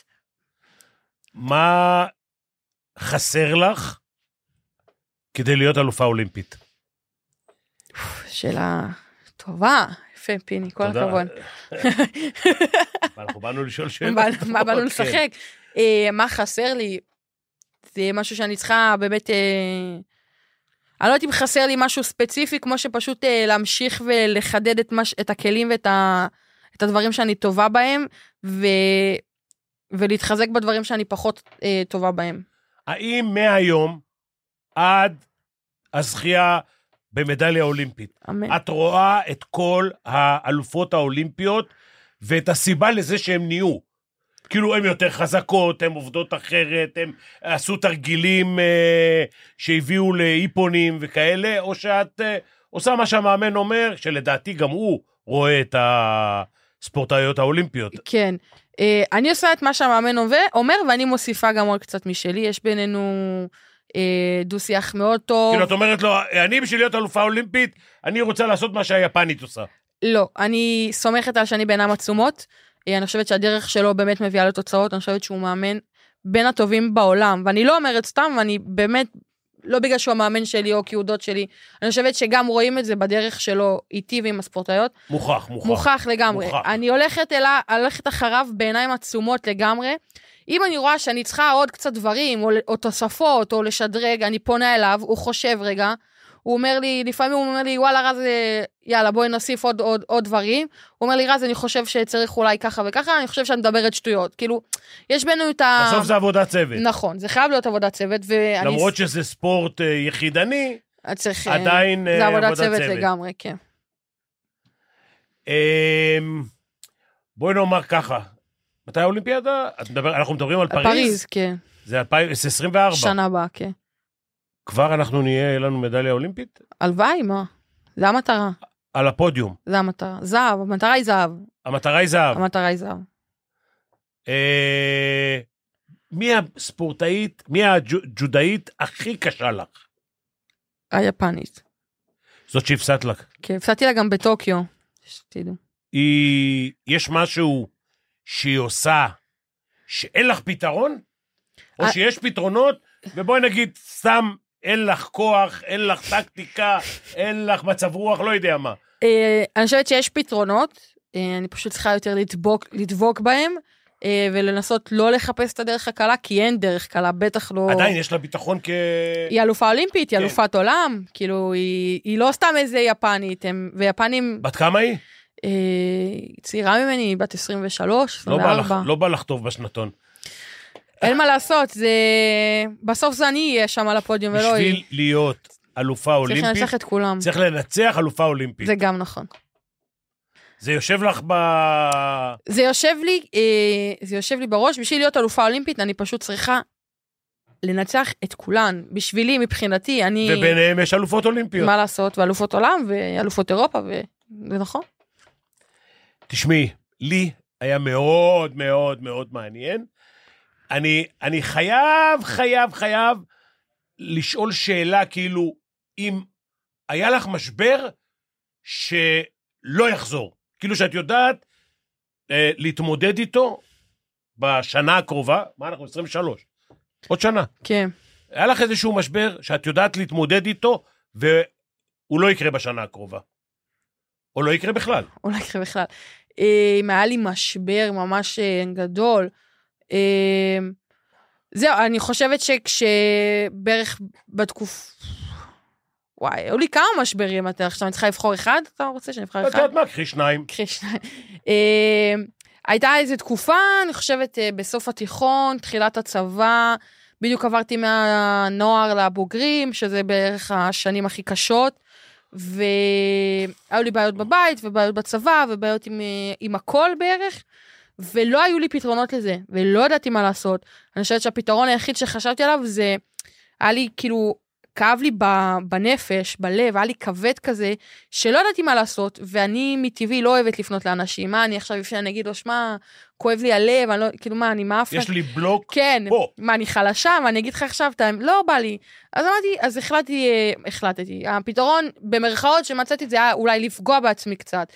מה חסר לך כדי להיות אלופה אולימפית? שאלה טובה. יפה, פיני, כל הכבוד. אנחנו באנו לשאול שאלה. מה באנו לשחק? מה חסר לי? זה משהו שאני צריכה באמת... אני לא יודעת אם חסר לי משהו ספציפי, כמו שפשוט להמשיך ולחדד את הכלים ואת הדברים שאני טובה בהם, ולהתחזק בדברים שאני פחות טובה בהם. האם מהיום עד הזכייה במדליה אולימפית, אמן. את רואה את כל האלופות האולימפיות, ואת הסיבה לזה שהן נהיו? כאילו הן יותר חזקות, הן עובדות אחרת, הן עשו תרגילים שהביאו לאיפונים וכאלה, או שאת עושה מה שהמאמן אומר, שלדעתי גם הוא רואה את הספורטאיות האולימפיות. כן. אני עושה את מה שהמאמן אומר, ואני מוסיפה גם עוד קצת משלי. יש בינינו דו-שיח מאוד טוב. כאילו את אומרת לו, אני בשביל להיות אלופה אולימפית, אני רוצה לעשות מה שהיפנית עושה. לא, אני סומכת על שאני בעיניים עצומות. אני חושבת שהדרך שלו באמת מביאה לתוצאות, אני חושבת שהוא מאמן בין הטובים בעולם, ואני לא אומרת סתם, ואני באמת, לא בגלל שהוא המאמן שלי או כיהודות שלי, אני חושבת שגם רואים את זה בדרך שלו איתי ועם הספורטאיות. מוכח לגמרי. מוכח. אני הולכת אחריו בעיניים עצומות לגמרי. אם אני רואה שאני צריכה עוד קצת דברים, או תוספות, או לשדרג, אני פונה אליו, הוא חושב רגע, הוא אומר לי, לפעמים הוא אומר לי, וואלה רז, יאללה בואי נוסיף עוד דברים, הוא אומר לי, רז, אני חושב שצריך אולי ככה וככה, אני חושב שאני מדברת שטויות, כאילו, יש בינינו את ה... בסוף זה עבודת צוות. נכון, זה חייב להיות עבודת צוות, למרות שזה ספורט יחידני, צריך... עדיין זה עבודת עבודת צוות צוות. לגמרי, כן. בואי נאמר ככה, מתי האולימפיאדה? אנחנו מדברים על פריז? פריז, כן. זה 2024. שנה הבאה, כן. כבר אנחנו נהיה לנו מדליה אולימפית? הלוואי, מה? זה המטרה. על הפודיום. זה המטרה. זהב, המטרה היא זהב. המטרה היא זהב. המטרה היא זהב. מי הספורטאית, מי הג'ודאית הכי קשה לך? היפנית. זאת שהפסדת לך. כן, הפסדתי לה גם בטוקיו. שתדעו. יש משהו שהיא עושה שאין לך פתרון? או שיש פתרונות, ובואי נגיד, סתם אין לך כוח, אין לך טקטיקה, אין לך מצב רוח, לא יודע מה. אני חושבת שיש פתרונות, אני פשוט צריכה יותר לדבוק בהם, ולנסות לא לחפש את הדרך הקלה, כי אין דרך קלה, בטח לא... עדיין יש לה ביטחון היא אלופה אולימפית, היא אלופת עולם, כאילו, היא לא סתם איזה יפנית, ויפנים... בת כמה היא? צעירה ממני, היא בת 23, 24. לא בא לך טוב בשנתון. אין מה לעשות, בסוף זה אני אהיה שם על הפודיום ולא היא. בשביל להיות אלופה אולימפית, צריך לנצח את כולם. צריך לנצח אלופה אולימפית. זה גם נכון. זה יושב לך זה יושב לי בראש, בשביל להיות אלופה אולימפית, אני פשוט צריכה לנצח את כולן. בשבילי, מבחינתי, אני... וביניהם יש אלופות אולימפיות. מה לעשות, ואלופות עולם, ואלופות אירופה, זה נכון. תשמעי, לי היה מאוד מאוד מאוד מעניין. אני חייב לשאול שאלה, כאילו, אם היה לך משבר שלא יחזור, כאילו שאת יודעת להתמודד איתו בשנה הקרובה, מה אנחנו 23? עוד שנה. כן. היה לך איזשהו משבר שאת יודעת להתמודד איתו, והוא לא יקרה בשנה הקרובה. או לא יקרה בכלל. או לא יקרה בכלל. אם היה לי משבר ממש גדול, זהו, אני חושבת שכשבערך וואי, היו לי כמה משברים, עכשיו אני צריכה לבחור אחד? אתה רוצה שנבחר אחד? אתה יודעת מה? קחי שניים. הייתה איזו תקופה, אני חושבת, בסוף התיכון, תחילת הצבא, בדיוק עברתי מהנוער לבוגרים, שזה בערך השנים הכי קשות, והיו לי בעיות בבית, ובעיות בצבא, ובעיות עם הכל בערך, ולא היו לי פתרונות לזה, ולא ידעתי מה לעשות. אני חושבת שהפתרון היחיד שחשבתי עליו זה היה לי כאילו, כאב לי בנפש, בלב, היה לי כבד כזה, שלא ידעתי מה לעשות, ואני מטבעי לא אוהבת לפנות לאנשים, מה, אני עכשיו לפני, אני אגיד לו, שמה, כואב לי הלב, אני לא, כאילו מה, אני מאפת? יש לי בלוק כן, פה. מה, אני חלשה, מה, אני אגיד לך עכשיו, לא בא לי. אז אמרתי, אז החלטתי. הפתרון, במרכאות שמצאתי, זה היה אולי לפגוע בעצמי קצת.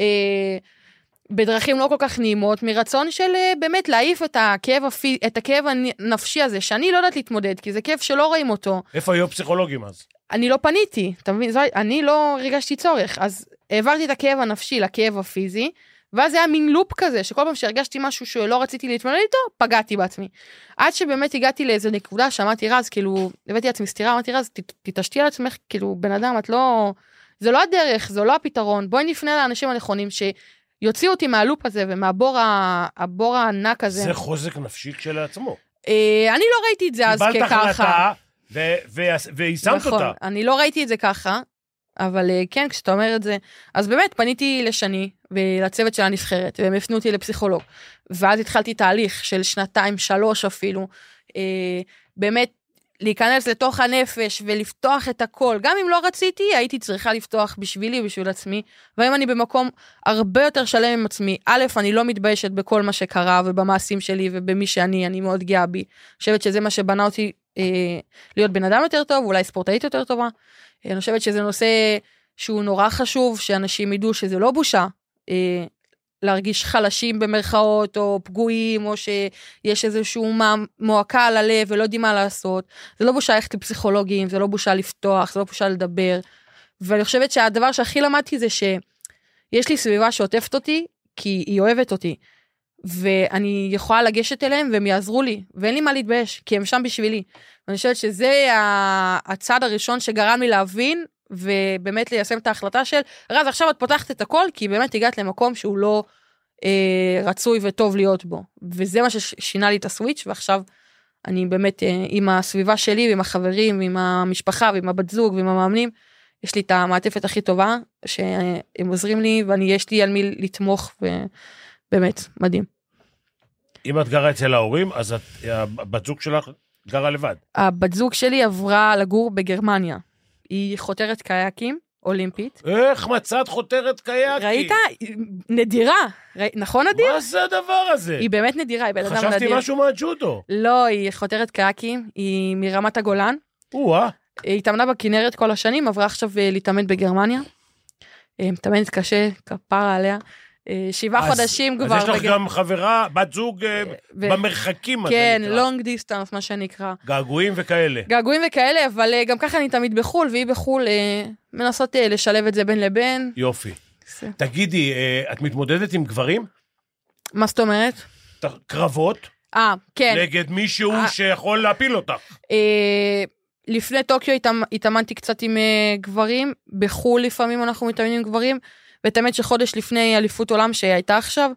בדרכים לא כל כך נעימות, מרצון של באמת להעיף את הכאב הנפשי הזה, שאני לא יודעת להתמודד, כי זה כאב שלא רואים אותו. איפה היו פסיכולוגים אז? אני לא פניתי, אתה מבין? אני לא הרגשתי צורך, אז העברתי את הכאב הנפשי לכאב הפיזי, ואז היה מין לופ כזה, שכל פעם שהרגשתי משהו שלא רציתי להתמודד איתו, פגעתי בעצמי. עד שבאמת הגעתי לאיזו נקודה, שאמרתי רז, כאילו, הבאתי לעצמי סתירה, אמרתי רז, תתעשתי על עצמך, כאילו, בן אדם, את לא, זה לא הדרך, זה לא הפתרון, בואי נפנה לאנשים הנכונים שיוציאו אותי מהלופ הזה, ומהבור הענק הזה. זה חוזק נפשי כשלעצמו. אני לא ראיתי את זה אז ככה. קיבלת החלטה, ויישמת אותה. נכון, אני לא ראיתי את זה ככה, אבל כן, כשאתה אומר את זה, אז באמת פניתי לשני, ולצוות של הנבחרת, והם הפנו אותי לפסיכולוג, ואז התחלתי תהליך של 2-3 אפילו, באמת להיכנס לתוך הנפש, ולפתוח את הכל, גם אם לא רציתי, הייתי צריכה לפתוח בשבילי ובשביל עצמי, והיום אני במקום הרבה יותר שלם עם עצמי, א', אני לא מתביישת בכל מה שקרה, ובמעשים שלי, ובמי אני מאוד גאה בי, אני חושבת שזה מה שבנה אותי, להיות בן אדם יותר טוב, אולי ספורטאית יותר טובה, אני חושבת שזה נושא שהוא נורא חשוב, שאנשים ידעו שזה לא בושה, להרגיש חלשים במרכאות, או פגועים, או שיש איזשהו מועקה על הלב, ולא יודעים מה לעשות. זה לא בושה ללכת לפסיכולוגים, זה לא בושה לפתוח, זה לא בושה לדבר. ואני חושבת שהדבר שהכי למדתי זה שיש לי סביבה שעוטפת אותי, כי היא אוהבת אותי. ואני יכולה לגשת אליהם, והם יעזרו לי, ואין לי מה להתבייש, כי הם שם בשבילי. ואני חושבת שזה הצעד הראשון שגרם לי להבין, ובאמת ליישם את ההחלטה של, רז, עכשיו את פותחת את הכל, כי באמת הגעת למקום שהוא לא רצוי וטוב להיות בו. וזה מה ששינה לי את הסוויץ', ועכשיו אני באמת עם הסביבה שלי, ועם החברים, ועם המשפחה, ועם הבת זוג, ועם המאמנים, יש לי את המעטפת הכי טובה, שהם עוזרים לי, ויש לי על מי לתמוך, ובאמת, מדהים. אם את גרה אצל ההורים, אז הבת זוג שלך גרה לבד. הבת זוג שלי עברה לגור בגרמניה. היא חותרת קייקים, אולימפית. איך מצאת חותרת קייקים? ראית? נדירה. נכון נדיר? מה זה הדבר הזה? היא באמת נדירה, היא בן אדם נדיר. חשבתי משהו מהג'ודו. לא, היא חותרת קייקים, היא מרמת הגולן. היא התאמנה בכנרת כל השנים, עברה עכשיו להתאמן בגרמניה. מתאמנת קשה, כפרה עליה. 7 חודשים כבר. אז יש לך גם חברה, בת זוג במרחקים. כן, long distance, מה שנקרא. געגועים וכאלה. געגועים וכאלה, אבל גם ככה אני תמיד בחול, והיא בחול, מנסות לשלב את זה בין לבין. יופי. תגידי, את מתמודדת עם גברים? מה זאת אומרת? קרבות? כן. נגד מישהו שיכול להפיל אותך. לפני טוקיו התאמנתי קצת עם גברים, בחול לפעמים אנחנו מתאמנים עם גברים, ותאמת שחודש לפני אליפות עולם שהייתה עכשיו,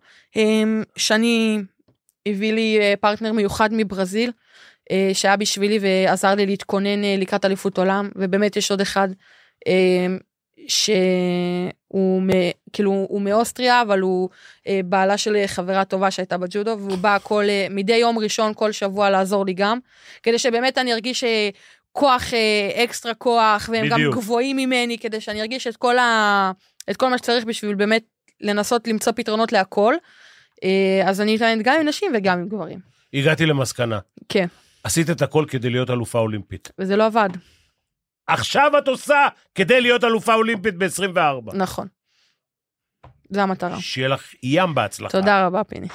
שני הביא לי פרטנר מיוחד מברזיל, שהיה בשבילי ועזר לי להתכונן לקראת אליפות עולם, ובאמת יש עוד אחד שהוא כאילו הוא מאוסטריה, אבל הוא בעלה של חברה טובה שהייתה בג'ודו, והוא בא מדי יום ראשון כל שבוע לעזור לי גם, כדי שבאמת אני ארגיש כוח, אקסטרה כוח, והם גם גבוהים ממני, כדי שאני ארגיש את כל מה שצריך בשביל באמת לנסות למצוא פתרונות להכל. אז אני מתאמנת גם עם נשים וגם עם גברים. הגעתי למסקנה. כן. עשית את הכל כדי להיות אלופה אולימפית. וזה לא עבד. עכשיו את עושה כדי להיות אלופה אולימפית ב-24. נכון. זה המטרה. שיהיה לך ים בהצלחה. תודה רבה, פיני.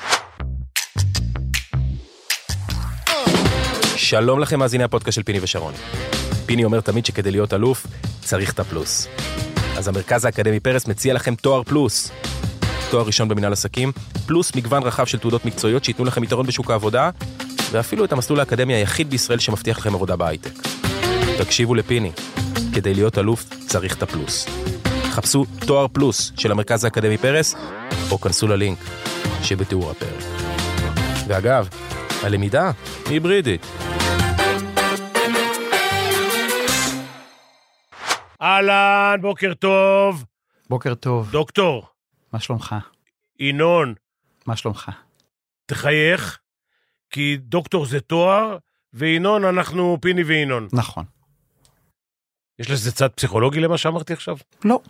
שלום לכם מאזיני הפודקאסט של פיני ושרון. פיני אומר תמיד שכדי להיות אלוף צריך את הפלוס. אז המרכז האקדמי פרס מציע לכם תואר פלוס. תואר ראשון במנהל עסקים, פלוס מגוון רחב של תעודות מקצועיות שיתנו לכם יתרון בשוק העבודה, ואפילו את המסלול האקדמי היחיד בישראל שמבטיח לכם עבודה בהייטק. תקשיבו לפיני, כדי להיות אלוף צריך את הפלוס. חפשו תואר פלוס של המרכז האקדמי פרס, או כנסו ללינק שבתיאור הפרק. ואגב, הלמידה היא היברידית. אהלן, בוקר טוב. בוקר טוב. דוקטור. מה שלומך? ינון. מה שלומך? תחייך, כי דוקטור זה תואר, וינון, אנחנו פיני וינון. נכון. יש לזה צד פסיכולוגי למה שאמרתי עכשיו? לא.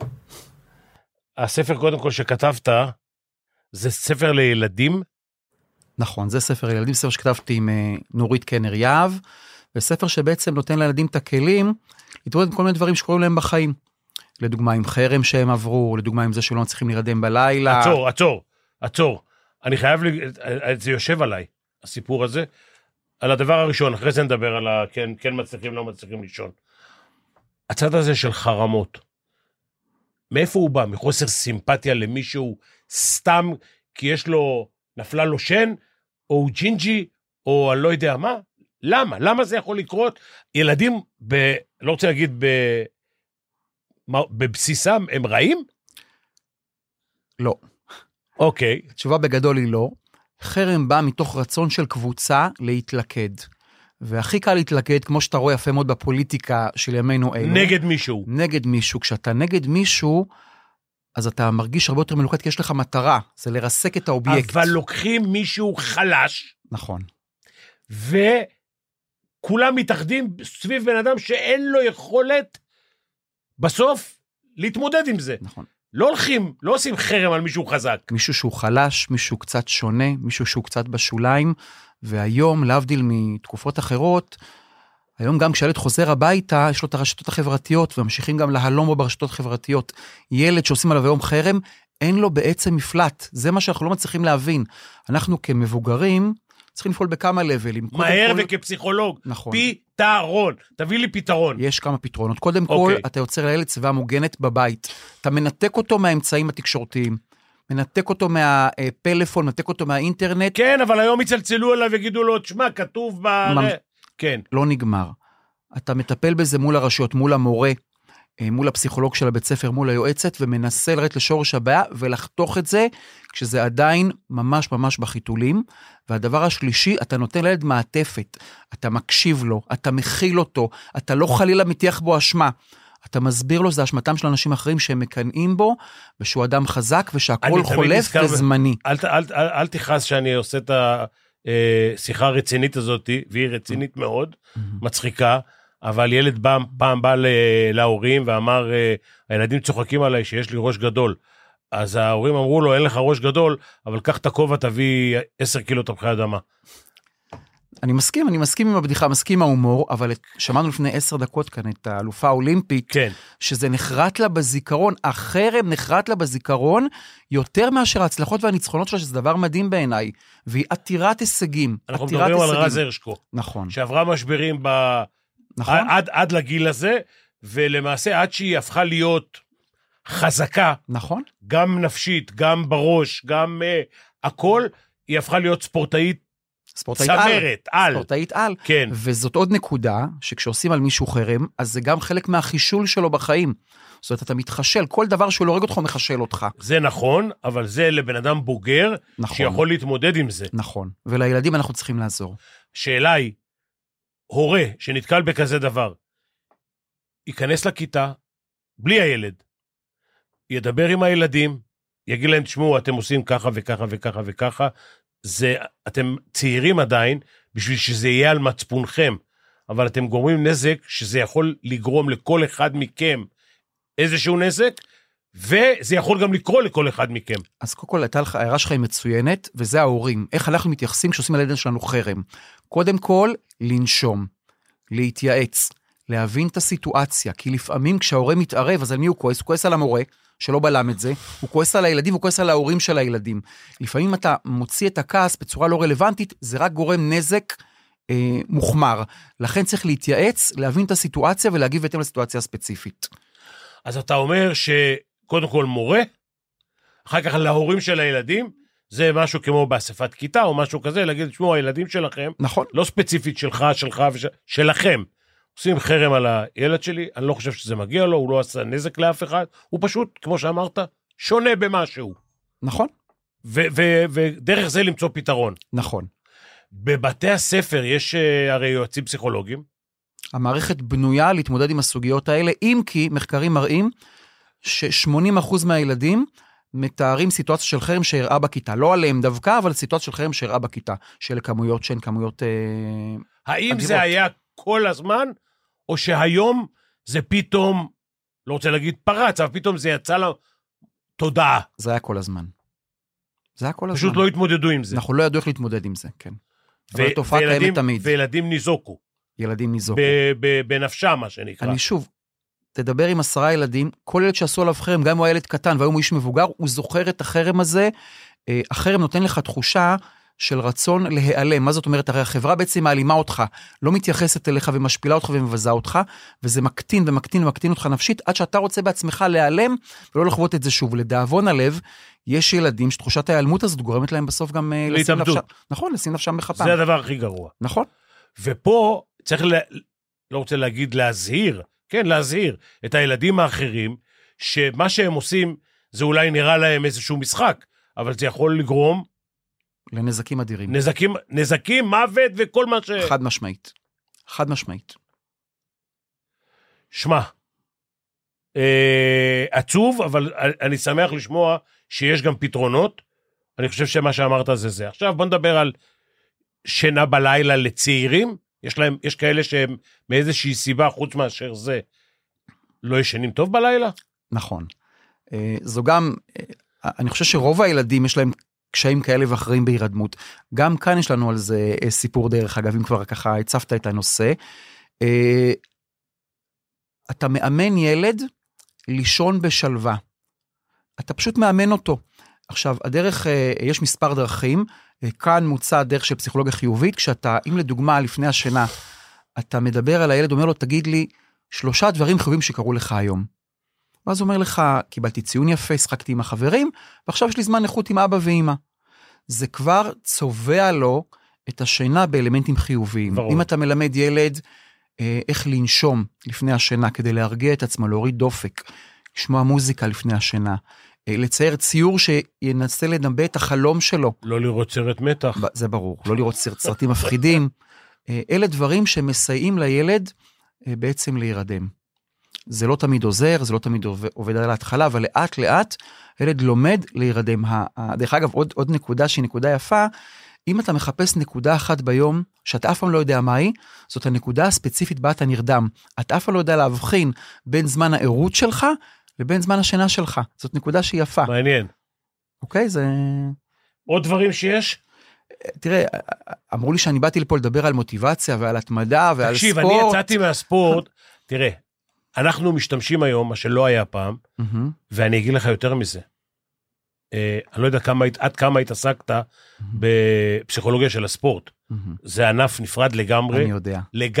הספר קודם כל שכתבת, זה ספר לילדים? נכון, זה ספר ילדים, ספר שכתבתי עם נורית קנר יהב, וספר שבעצם נותן לילדים את הכלים, להתמודד עם כל מיני דברים שקורים להם בחיים. לדוגמה עם חרם שהם עברו, לדוגמה עם זה שלא מצליחים להירדם בלילה. עצור. אני חייב, זה יושב עליי, הסיפור הזה, על הדבר הראשון, אחרי זה נדבר על כן מצליחים, לא מצליחים לישון. הצד הזה של חרמות, מאיפה הוא בא? מחוסר סימפתיה למישהו סתם, כי יש לו, נפלה לו שן, או הוא ג'ינג'י, או אני לא יודע מה? למה? למה זה יכול לקרות? ילדים, לא רוצה להגיד, בבסיסם, הם רעים? לא. אוקיי. התשובה בגדול היא לא. חרם בא מתוך רצון של קבוצה להתלכד. והכי קל להתלכד, כמו שאתה רואה יפה מאוד בפוליטיקה של ימינו אלו. נגד מישהו. נגד מישהו. כשאתה נגד מישהו, אז אתה מרגיש הרבה יותר מלוכד, כי יש לך מטרה, זה לרסק את האובייקט. אבל לוקחים מישהו חלש. נכון. וכולם מתאחדים סביב בן אדם שאין לו יכולת בסוף להתמודד עם זה. נכון. לא עושים חרם על מישהו חזק. מישהו שהוא חלש, מישהו קצת שונה, מישהו שהוא קצת בשוליים, והיום, להבדיל מתקופות אחרות, היום גם כשילד חוזר הביתה, יש לו את הרשתות החברתיות, וממשיכים גם להלום בו ברשתות החברתיות. ילד שעושים עליו היום חרם, אין לו בעצם מפלט. זה מה שאנחנו לא מצליחים להבין. אנחנו כמבוגרים, צריכים לפעול בכמה לבלים. מהר וכפסיכולוג. נכון. פתרון. תביא לי פתרון. יש כמה פתרונות. קודם כל, אתה יוצר לילד סביבה מוגנת בבית. אתה מנתק אותו מהאמצעים התקשורתיים. מנתק אותו מהפלאפון, מנתק אותו מהאינטרנט. כן, אבל היום יצלצלו אליו ויגידו לו, תשמע, כתוב כן. לא נגמר. אתה מטפל בזה מול הרשויות, מול המורה, מול הפסיכולוג של הבית ספר, מול היועצת, ומנסה לרדת לשורש הבעיה, ולחתוך את זה, כשזה עדיין ממש ממש בחיתולים. והדבר השלישי, אתה נותן לילד מעטפת, אתה מקשיב לו, אתה מכיל אותו, אתה לא חלילה מטיח בו אשמה, אתה מסביר לו, זה אשמתם של אנשים אחרים שהם מקנאים בו, ושהוא אדם חזק, ושהכל חולף וזמני. אל תכעס שאני עושה את השיחה הרצינית הזאת, והיא רצינית מאוד, מצחיקה, אבל ילד פעם בא להורים ואמר, הילדים צוחקים עליי שיש לי ראש גדול. אז ההורים אמרו לו, אין לך ראש גדול, אבל קח את הכובע, תביא 10 קילו תפוחי אדמה. אני מסכים עם הבדיחה, מסכים עם ההומור, אבל שמענו לפני 10 דקות כאן את האלופה האולימפית, כן. שזה נחרט לה בזיכרון, החרם נחרט לה בזיכרון, יותר מאשר ההצלחות והניצחונות שלה, שזה דבר מדהים בעיניי, והיא עתירת הישגים. אנחנו מדברים על רז הרשקו. נכון. שעברה משברים נכון. עד לגיל הזה, ולמעשה עד שהיא הפכה להיות חזקה, נכון. גם נפשית, גם בראש, גם הכל, היא הפכה להיות ספורטאית צמרת, על. ספורטאית על. כן. וזאת עוד נקודה, שכשעושים על מישהו חרם, אז זה גם חלק מהחישול שלו בחיים. זאת אומרת, אתה מתחשל, כל דבר שהוא לא הורג אותך, מחשל אותך. זה נכון, אבל זה לבן אדם בוגר, נכון. שיכול להתמודד עם זה. נכון, ולילדים אנחנו צריכים לעזור. שאלה היא, הורה שנתקל בכזה דבר, ייכנס לכיתה, בלי הילד, ידבר עם הילדים, יגיד להם, תשמעו, אתם עושים ככה וככה וככה וככה, אתם צעירים עדיין, בשביל שזה יהיה על מצפונכם, אבל אתם גורמים נזק, שזה יכול לגרום לכל אחד מכם איזשהו נזק, וזה יכול גם לקרוא לכל אחד מכם. אז קודם כל, הייתה לך, הערה שלך היא מצוינת, וזה ההורים. איך אנחנו מתייחסים כשעושים על הילדים שלנו חרם? קודם כל, לנשום, להתייעץ, להבין את הסיטואציה, כי לפעמים כשההורה מתערב, אז על מי הוא כועס? הוא כועס על המורה, שלא בלם את זה, הוא כועס על הילדים, הוא כועס על ההורים של הילדים. לפעמים אתה מוציא את הכעס בצורה לא רלוונטית, זה רק גורם נזק מוחמר. לכן צריך להתייעץ, להבין את הסיטואציה, ולהגיב בהתאם לסיטואציה הספציפית. אז אתה אומר שקודם כל מורה, אחר כך להורים של הילדים, זה משהו כמו באספת כיתה, או משהו כזה, להגיד, תשמעו, הילדים שלכם, נכון. לא ספציפית שלך, שלכם, עושים חרם על הילד שלי, אני לא חושב שזה מגיע לו, הוא לא עשה נזק לאף אחד, הוא פשוט, כמו שאמרת, שונה במשהו. נכון. ודרך זה למצוא פתרון. נכון. בבתי הספר יש הרי יועצים פסיכולוגיים. המערכת בנויה להתמודד עם הסוגיות האלה, אם כי מחקרים מראים ש80% מהילדים מתארים סיטואציה של חרם שהראה בכיתה. לא עליהם דווקא, אבל סיטואציה של חרם שהראה בכיתה. של כמויות שהן כמויות האם זה היה כל הזמן, או שהיום זה פתאום, לא רוצה להגיד פרץ, אבל פתאום זה יצא לו תודעה. זה היה כל הזמן. זה היה כל הזמן. פשוט לא התמודדו עם זה. אנחנו לא ידעו איך להתמודד עם זה, כן. אבל התופעה קיימת תמיד. וילדים ניזוקו. ילדים ניזוקו. בנפשם, מה שנקרא. אני שוב, תדבר עם 10 ילדים, כל ילד שעשו עליו חרם, גם אם הוא ילד קטן והיום הוא איש מבוגר, הוא זוכר את החרם הזה. החרם נותן לך תחושה של רצון להיעלם. מה זאת אומרת? הרי החברה בעצם מעלימה אותך, לא מתייחסת אליך ומשפילה אותך ומבזה אותך, וזה מקטין ומקטין ומקטין אותך נפשית, עד שאתה רוצה בעצמך להיעלם, ולא לחוות את זה שוב. לדאבון הלב, יש ילדים שתחושת ההיעלמות הזאת גורמת להם בסוף גם לשים נפשם. נכון, לשים נפשם בחפם. זה הדבר הכי גרוע. נכון. ופה צריך, לא רוצה להגיד להזהיר, כן, להזהיר את הילדים האחרים, שמה שהם עושים, זה אולי נראה להם איזשהו משחק, אבל זה יכול לגרום לנזקים אדירים. נזקים, מוות וכל מה ש... חד משמעית. חד משמעית. שמע, עצוב, אבל אני שמח לשמוע שיש גם פתרונות. אני חושב שמה שאמרת זה. עכשיו בוא נדבר על שינה בלילה לצעירים. יש כאלה שהם מאיזושהי סיבה, חוץ מאשר זה, לא ישנים טוב בלילה? נכון. זו גם, אני חושב שרוב הילדים יש להם קשיים כאלה ואחרים בהירדמות. גם כאן יש לנו על זה סיפור דרך אגב, אם כבר ככה הצפת את הנושא. אתה מאמן ילד לישון בשלווה. אתה פשוט מאמן אותו. עכשיו, הדרך, יש מספר דרכים, כאן מוצא דרך של פסיכולוגיה חיובית, כשאתה, אם לדוגמה לפני השינה, אתה מדבר על הילד, אומר לו, תגיד לי, 3 דברים חיובים שקרו לך היום. ואז הוא אומר לך, קיבלתי ציון יפה, שחקתי עם החברים, ועכשיו יש לי זמן איכות עם אבא ואמא. זה כבר צובע לו את השינה באלמנטים חיוביים. ברור. אם אתה מלמד ילד איך לנשום לפני השינה, כדי להרגיע את עצמו, להוריד דופק, לשמוע מוזיקה לפני השינה, לצייר ציור שינסה לנבא את החלום שלו. לא לראות סרט מתח. זה ברור, לא לראות סרטים מפחידים. אלה דברים שמסייעים לילד בעצם להירדם. זה לא תמיד עוזר, זה לא תמיד עובד על ההתחלה, אבל לאט לאט ילד לומד להירדם. דרך אגב, עוד נקודה שהיא נקודה יפה, אם אתה מחפש נקודה אחת ביום, שאתה אף פעם לא יודע מהי, זאת הנקודה הספציפית בה אתה נרדם. אתה אף פעם לא יודע להבחין בין זמן העירות שלך, לבין זמן השינה שלך. זאת נקודה שהיא יפה. מעניין. אוקיי, זה... עוד דברים שיש? תראה, אמרו לי שאני באתי לפה לדבר על מוטיבציה ועל התמדה ועל תקשיב, ספורט. אני יצאתי מהספורט, תראה, אנחנו משתמשים היום, מה שלא היה פעם, ואני אגיד לך יותר מזה. אני לא יודע עד כמה התעסקת בפסיכולוגיה של הספורט. זה ענף נפרד לגמרי. אני יודע.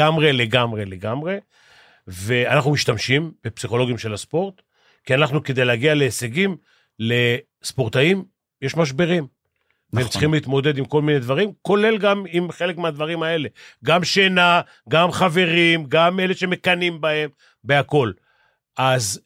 לגמרי. ואנחנו משתמשים בפסיכולוגים של הספורט, כי אנחנו כדי להגיע להישגים, לספורטאים, יש משברים. והם צריכים להתמודד עם כל מיני דברים, כולל גם עם חלק מהדברים האלה. גם שינה, גם חברים, גם אלה שמקנים בהם, בהכל. אז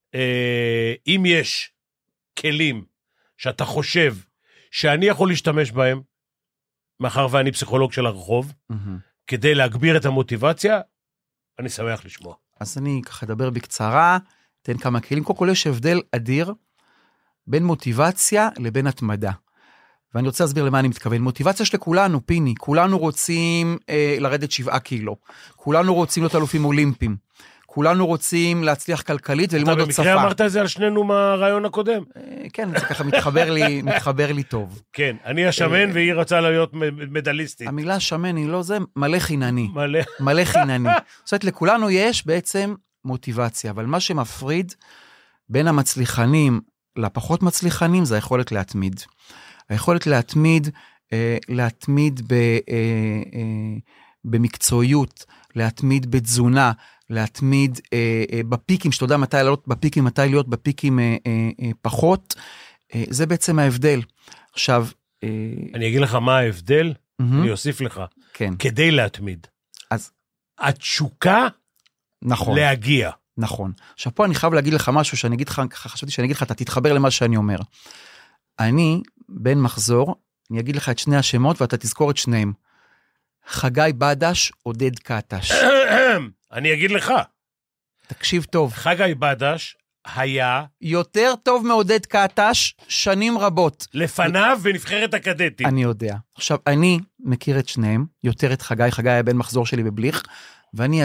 אם יש כלים שאתה חושב שאני יכול להשתמש בהם, מאחר ואני פסיכולוג של הרחוב, כדי להגביר את המוטיבציה, אני שמח לשמוע. אז אני ככה אדבר בקצרה, תן כמה כלים. קודם כל יש הבדל אדיר בין מוטיבציה לבין התמדה. ואני רוצה להסביר למה אני מתכוון. מוטיבציה של כולנו, פיני, כולנו רוצים לרדת 7 קילו. כולנו רוצים להיות אלופים אולימפיים. כולנו רוצים להצליח כלכלית וללמוד עוד שפה. אתה במקרה אמרת את זה על שנינו מהרעיון הקודם? כן, זה ככה מתחבר לי טוב. כן, אני השמן והיא רצה להיות מדליסטית. המילה שמן היא לא זה, מלא חינני. מלא חינני. זאת אומרת, לכולנו יש בעצם מוטיבציה, אבל מה שמפריד בין המצליחנים לפחות מצליחנים זה היכולת להתמיד. היכולת להתמיד במקצועיות, להתמיד בתזונה, להתמיד בפיקים, שאתה יודע מתי לעלות בפיקים, מתי להיות בפיקים פחות, זה בעצם ההבדל. עכשיו... אני אגיד לך מה ההבדל, אני אוסיף לך. כן. כדי להתמיד. אז... התשוקה נכון. להגיע. נכון. עכשיו פה אני חייב להגיד לך משהו שאני אגיד לך, חשבתי שאני אגיד לך, אתה תתחבר למה שאני אומר. אני, בן מחזור, אני אגיד לך את שני השמות ואתה תזכור את שניהם. חגי בדש, עודד קטש. אני אגיד לך. תקשיב טוב. חגי בדש היה יותר טוב מעודד קטש שנים רבות. לפניו בנבחרת הקדטים. אני יודע. עכשיו, אני מכיר את שניהם, יותר את חגי, חגי היה בן מחזור שלי בבליך, ואני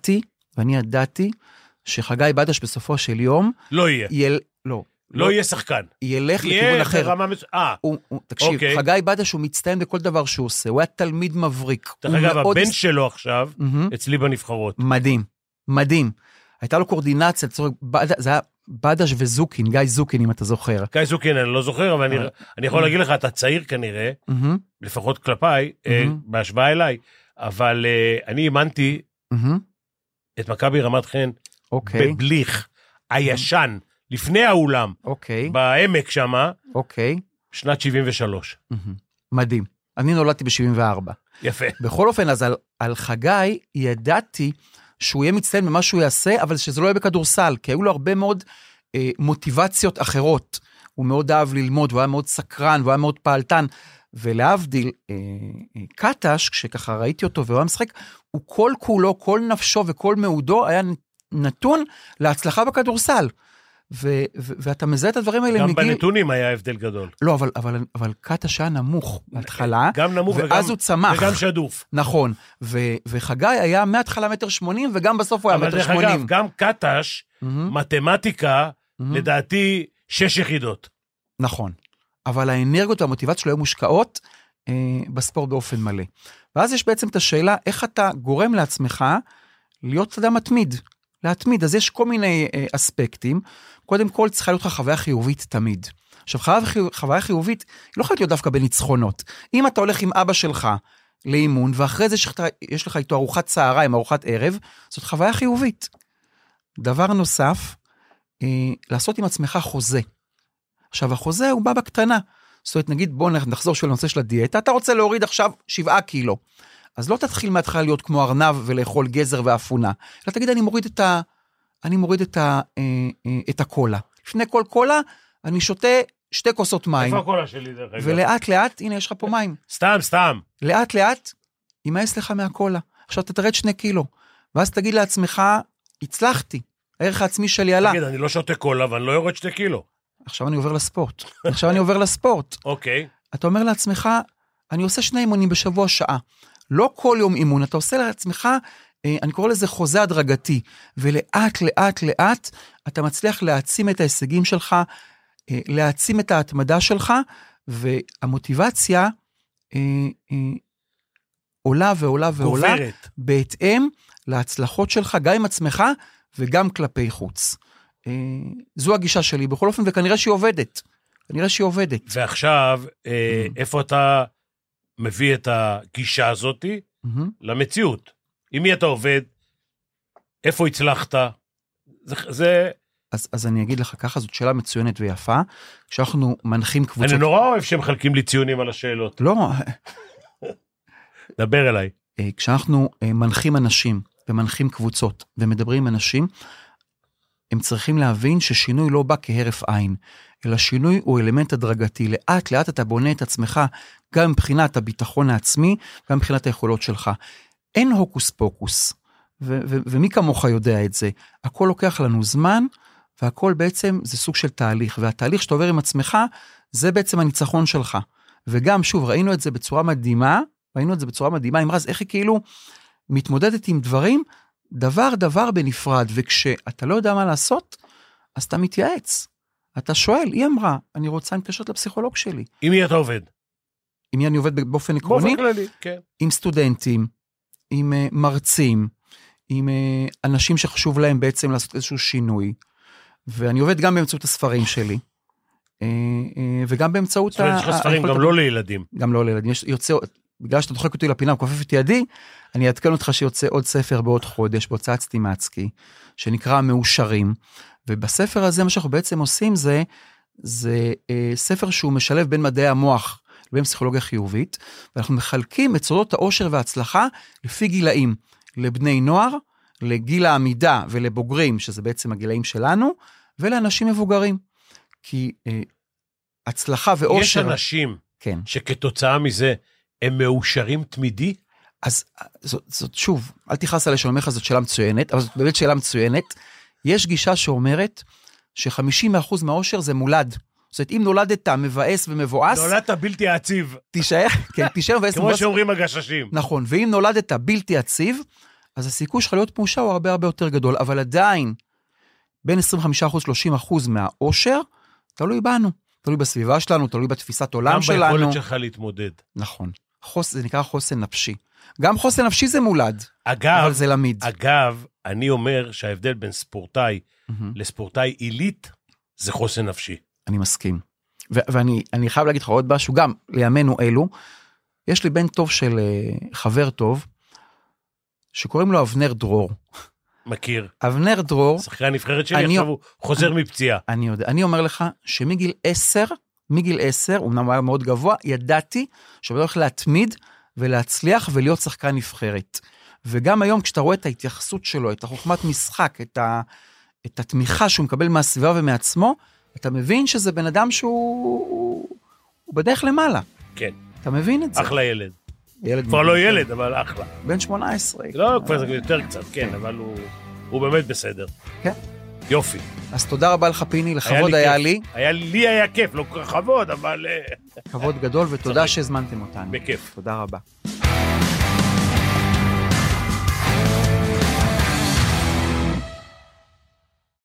ידעתי שחגי בדש בסופו של יום, לא יהיה. לא יהיה שחקן. ילך לכיוון אחר. תקשיב, אוקיי. חגי בדש הוא מצטיין בכל דבר שהוא עושה, הוא היה תלמיד מבריק. דרך אגב, הבן שלו עכשיו, אצלי בנבחרות. מדהים. הייתה לו קואורדינציה, זה היה בדש וזוקין, גיא זוקין, אם אתה זוכר. גיא זוקין, אני לא זוכר, אבל אני יכול להגיד לך, אתה צעיר כנראה, לפחות כלפיי, בהשוואה אליי, אבל אני אימנתי את מכבי רמת חן בבליך, הישן, לפני האולם, בעמק שמה, שנת 73. מדהים. אני נולדתי ב-74. יפה. בכל אופן, אז על חגי ידעתי שהוא יהיה מצטיין במה שהוא יעשה, אבל שזה לא יהיה בכדורסל, כי היו לו הרבה מאוד מוטיבציות אחרות. הוא מאוד אהב ללמוד, והוא היה מאוד סקרן, והוא היה מאוד פעלתן, ולהבדיל, קטש, כשככה ראיתי אותו והוא היה משחק, הוא כל כולו, כל נפשו וכל מעודו היה נתון להצלחה בכדורסל. ואתה מזהה את הדברים האלה גם מגיל... בנתונים היה הבדל גדול. לא, אבל קטש היה נמוך בהתחלה, גם נמוך ואז הוא צמח. וגם שדוף. נכון, וחגי היה מההתחלה 1.80 מטר, וגם בסוף הוא היה 1.80 מטר. אבל דרך אגב, גם קטש, מתמטיקה, לדעתי 6 יחידות. נכון, אבל האנרגיות והמוטיבציות שלו היו מושקעות בספורט באופן מלא. ואז יש בעצם את השאלה, איך אתה גורם לעצמך להיות אדם מתמיד, להתמיד. אז יש כל מיני אספקטים. קודם כל צריכה להיות לך חוויה חיובית תמיד. עכשיו, חוויה חיובית היא לא יכולה להיות דווקא בניצחונות. אם אתה הולך עם אבא שלך לאימון, ואחרי זה יש לך איתו ארוחת צהריים, ארוחת ערב, זאת חוויה חיובית. דבר נוסף, לעשות עם עצמך חוזה. עכשיו, החוזה הוא בא בקטנה. זאת אומרת, נגיד, בוא נחזור שוב לנושא של הדיאטה, אתה רוצה להוריד עכשיו 7 קילו. אז לא תתחיל מהתחלה להיות כמו ארנב ולאכול גזר ואפונה. אלא תגיד, אני מוריד את הקולה. לפני כל קולה, אני שותה 2 כוסות מים. איפה הקולה שלי דרך אגב? ולאט לאט, הנה יש לך פה מים. סתם. לאט לאט, ימאס לך מהקולה. עכשיו אתה תרד 2 קילו. ואז תגיד לעצמך, הצלחתי. הערך העצמי שלי עלה. תגיד, אני לא שותה קולה ואני לא יורד 2 קילו. עכשיו אני עובר לספורט. אוקיי. אתה אומר לעצמך, אני עושה 2 אימונים בשבוע שעה. לא כל יום אימון, אתה עושה לעצמך, אני קורא לזה חוזה הדרגתי, ולאט, לאט, לאט, אתה מצליח להעצים את ההישגים שלך, להעצים את ההתמדה שלך, והמוטיבציה עולה ועולה ועולה, גוברת. בהתאם להצלחות שלך, גם עם עצמך, וגם כלפי חוץ. זו הגישה שלי, בכל אופן, וכנראה שהיא עובדת. ועכשיו, איפה אתה מביא את הגישה הזאת למציאות? עם מי אתה עובד? איפה הצלחת? אז אני אגיד לך ככה, זאת שאלה מצוינת ויפה, כשאנחנו מנחים קבוצות... אני נורא אוהב שהם מחלקים לי ציונים על השאלות. לא. דבר אליי. כשאנחנו מנחים אנשים ומנחים קבוצות ומדברים עם אנשים, הם צריכים להבין ששינוי לא בא כהרף עין, אלא שינוי הוא אלמנט הדרגתי. לאט לאט אתה בונה את עצמך, גם מבחינת הביטחון העצמי, גם מבחינת היכולות שלך. אין הוקוס פוקוס, ומי כמוך יודע את זה. הכל לוקח לנו זמן, והכל בעצם זה סוג של תהליך, והתהליך שאתה עובר עם עצמך, זה בעצם הניצחון שלך. וגם שוב, ראינו את זה בצורה מדהימה, עם רז, איך היא כאילו מתמודדת עם דברים, דבר בנפרד, וכשאתה לא יודע מה לעשות, אז אתה מתייעץ. אתה שואל, היא אמרה, אני רוצה להתקשר לפסיכולוג שלי. עם מי אתה עובד? עם מי אני עובד באופן עקרוני? באופן כללי, כן. עם סטודנטים, עם מרצים, עם אנשים שחשוב להם בעצם לעשות איזשהו שינוי, ואני עובד גם באמצעות הספרים שלי, וגם באמצעות... זאת אומרת, יש לך ספרים גם לא לילדים. גם לא לילדים. יוצא, בגלל שאתה דוחק אותי לפינה, מכופף את ידי, אני אעדכן אותך שיוצא עוד ספר בעוד חודש, בהוצאת סטימצקי, שנקרא מאושרים, ובספר הזה מה שאנחנו בעצם עושים זה ספר שהוא משלב בין מדעי המוח לבין פסיכולוגיה חיובית, ואנחנו מחלקים את סודות האושר וההצלחה לפי גילאים, לבני נוער, לגיל העמידה ולבוגרים, שזה בעצם הגילאים שלנו, ולאנשים מבוגרים. כי הצלחה ואושר... יש אנשים כן. שכתוצאה מזה הם מאושרים תמידי? אז זאת שוב, אל תכעס עלי שאומר לך, זאת שאלה מצוינת, אבל זאת באמת שאלה מצוינת. יש גישה שאומרת ש50% מהאושר זה מולד. זאת אומרת, אם נולדת מבאס ומבואס, נולדת בלתי עציב. תישאר, כן, תישאר מבאס כמו ומבואס. שאומרים הגששים. נכון, ואם נולדת בלתי עציב, אז הסיכוי שלך להיות מאושר הוא הרבה הרבה יותר גדול, אבל עדיין, בין 25%-30% מהאושר, תלוי בנו, תלוי בסביבה שלנו, תלוי בתפיסת עולם שלנו. גם ביכולת שלך להתמודד. נכון. זה נקרא חוסן נפשי. גם חוסן נפשי זה מולד, אבל זה למיד. אגב, אני אומר שההבדל בין ספורטאי לספורטאי עילית, זה חוסן נפשי. אני מסכים. ואני חייב להגיד לך עוד משהו, גם לימינו אלו, יש לי בן טוב של חבר טוב, שקוראים לו אבנר דרור. מכיר. אבנר דרור. שחקן הנבחרת שלי, עכשיו הוא חוזר מפציעה. אני יודע. אני אומר לך שמגיל 10, אומנם הוא היה מאוד גבוה, ידעתי שהוא הולך להתמיד ולהצליח ולהיות שחקן נבחרת. וגם היום כשאתה רואה את ההתייחסות שלו, את החוכמת משחק, את התמיכה שהוא מקבל מהסביבה ומעצמו, אתה מבין שזה בן אדם שהוא בדרך למעלה. כן. אתה מבין את זה? אחלה ילד. כבר לא ילד, אבל אחלה. בן 18. לא, כבר זה יותר קצת, כן, אבל הוא באמת בסדר. כן. יופי. אז תודה רבה לך פיני, לכבוד היה לי. לי היה כיף, לא כל כך כבוד, אבל... כבוד גדול, ותודה שהזמנתם אותנו. בכיף. תודה רבה.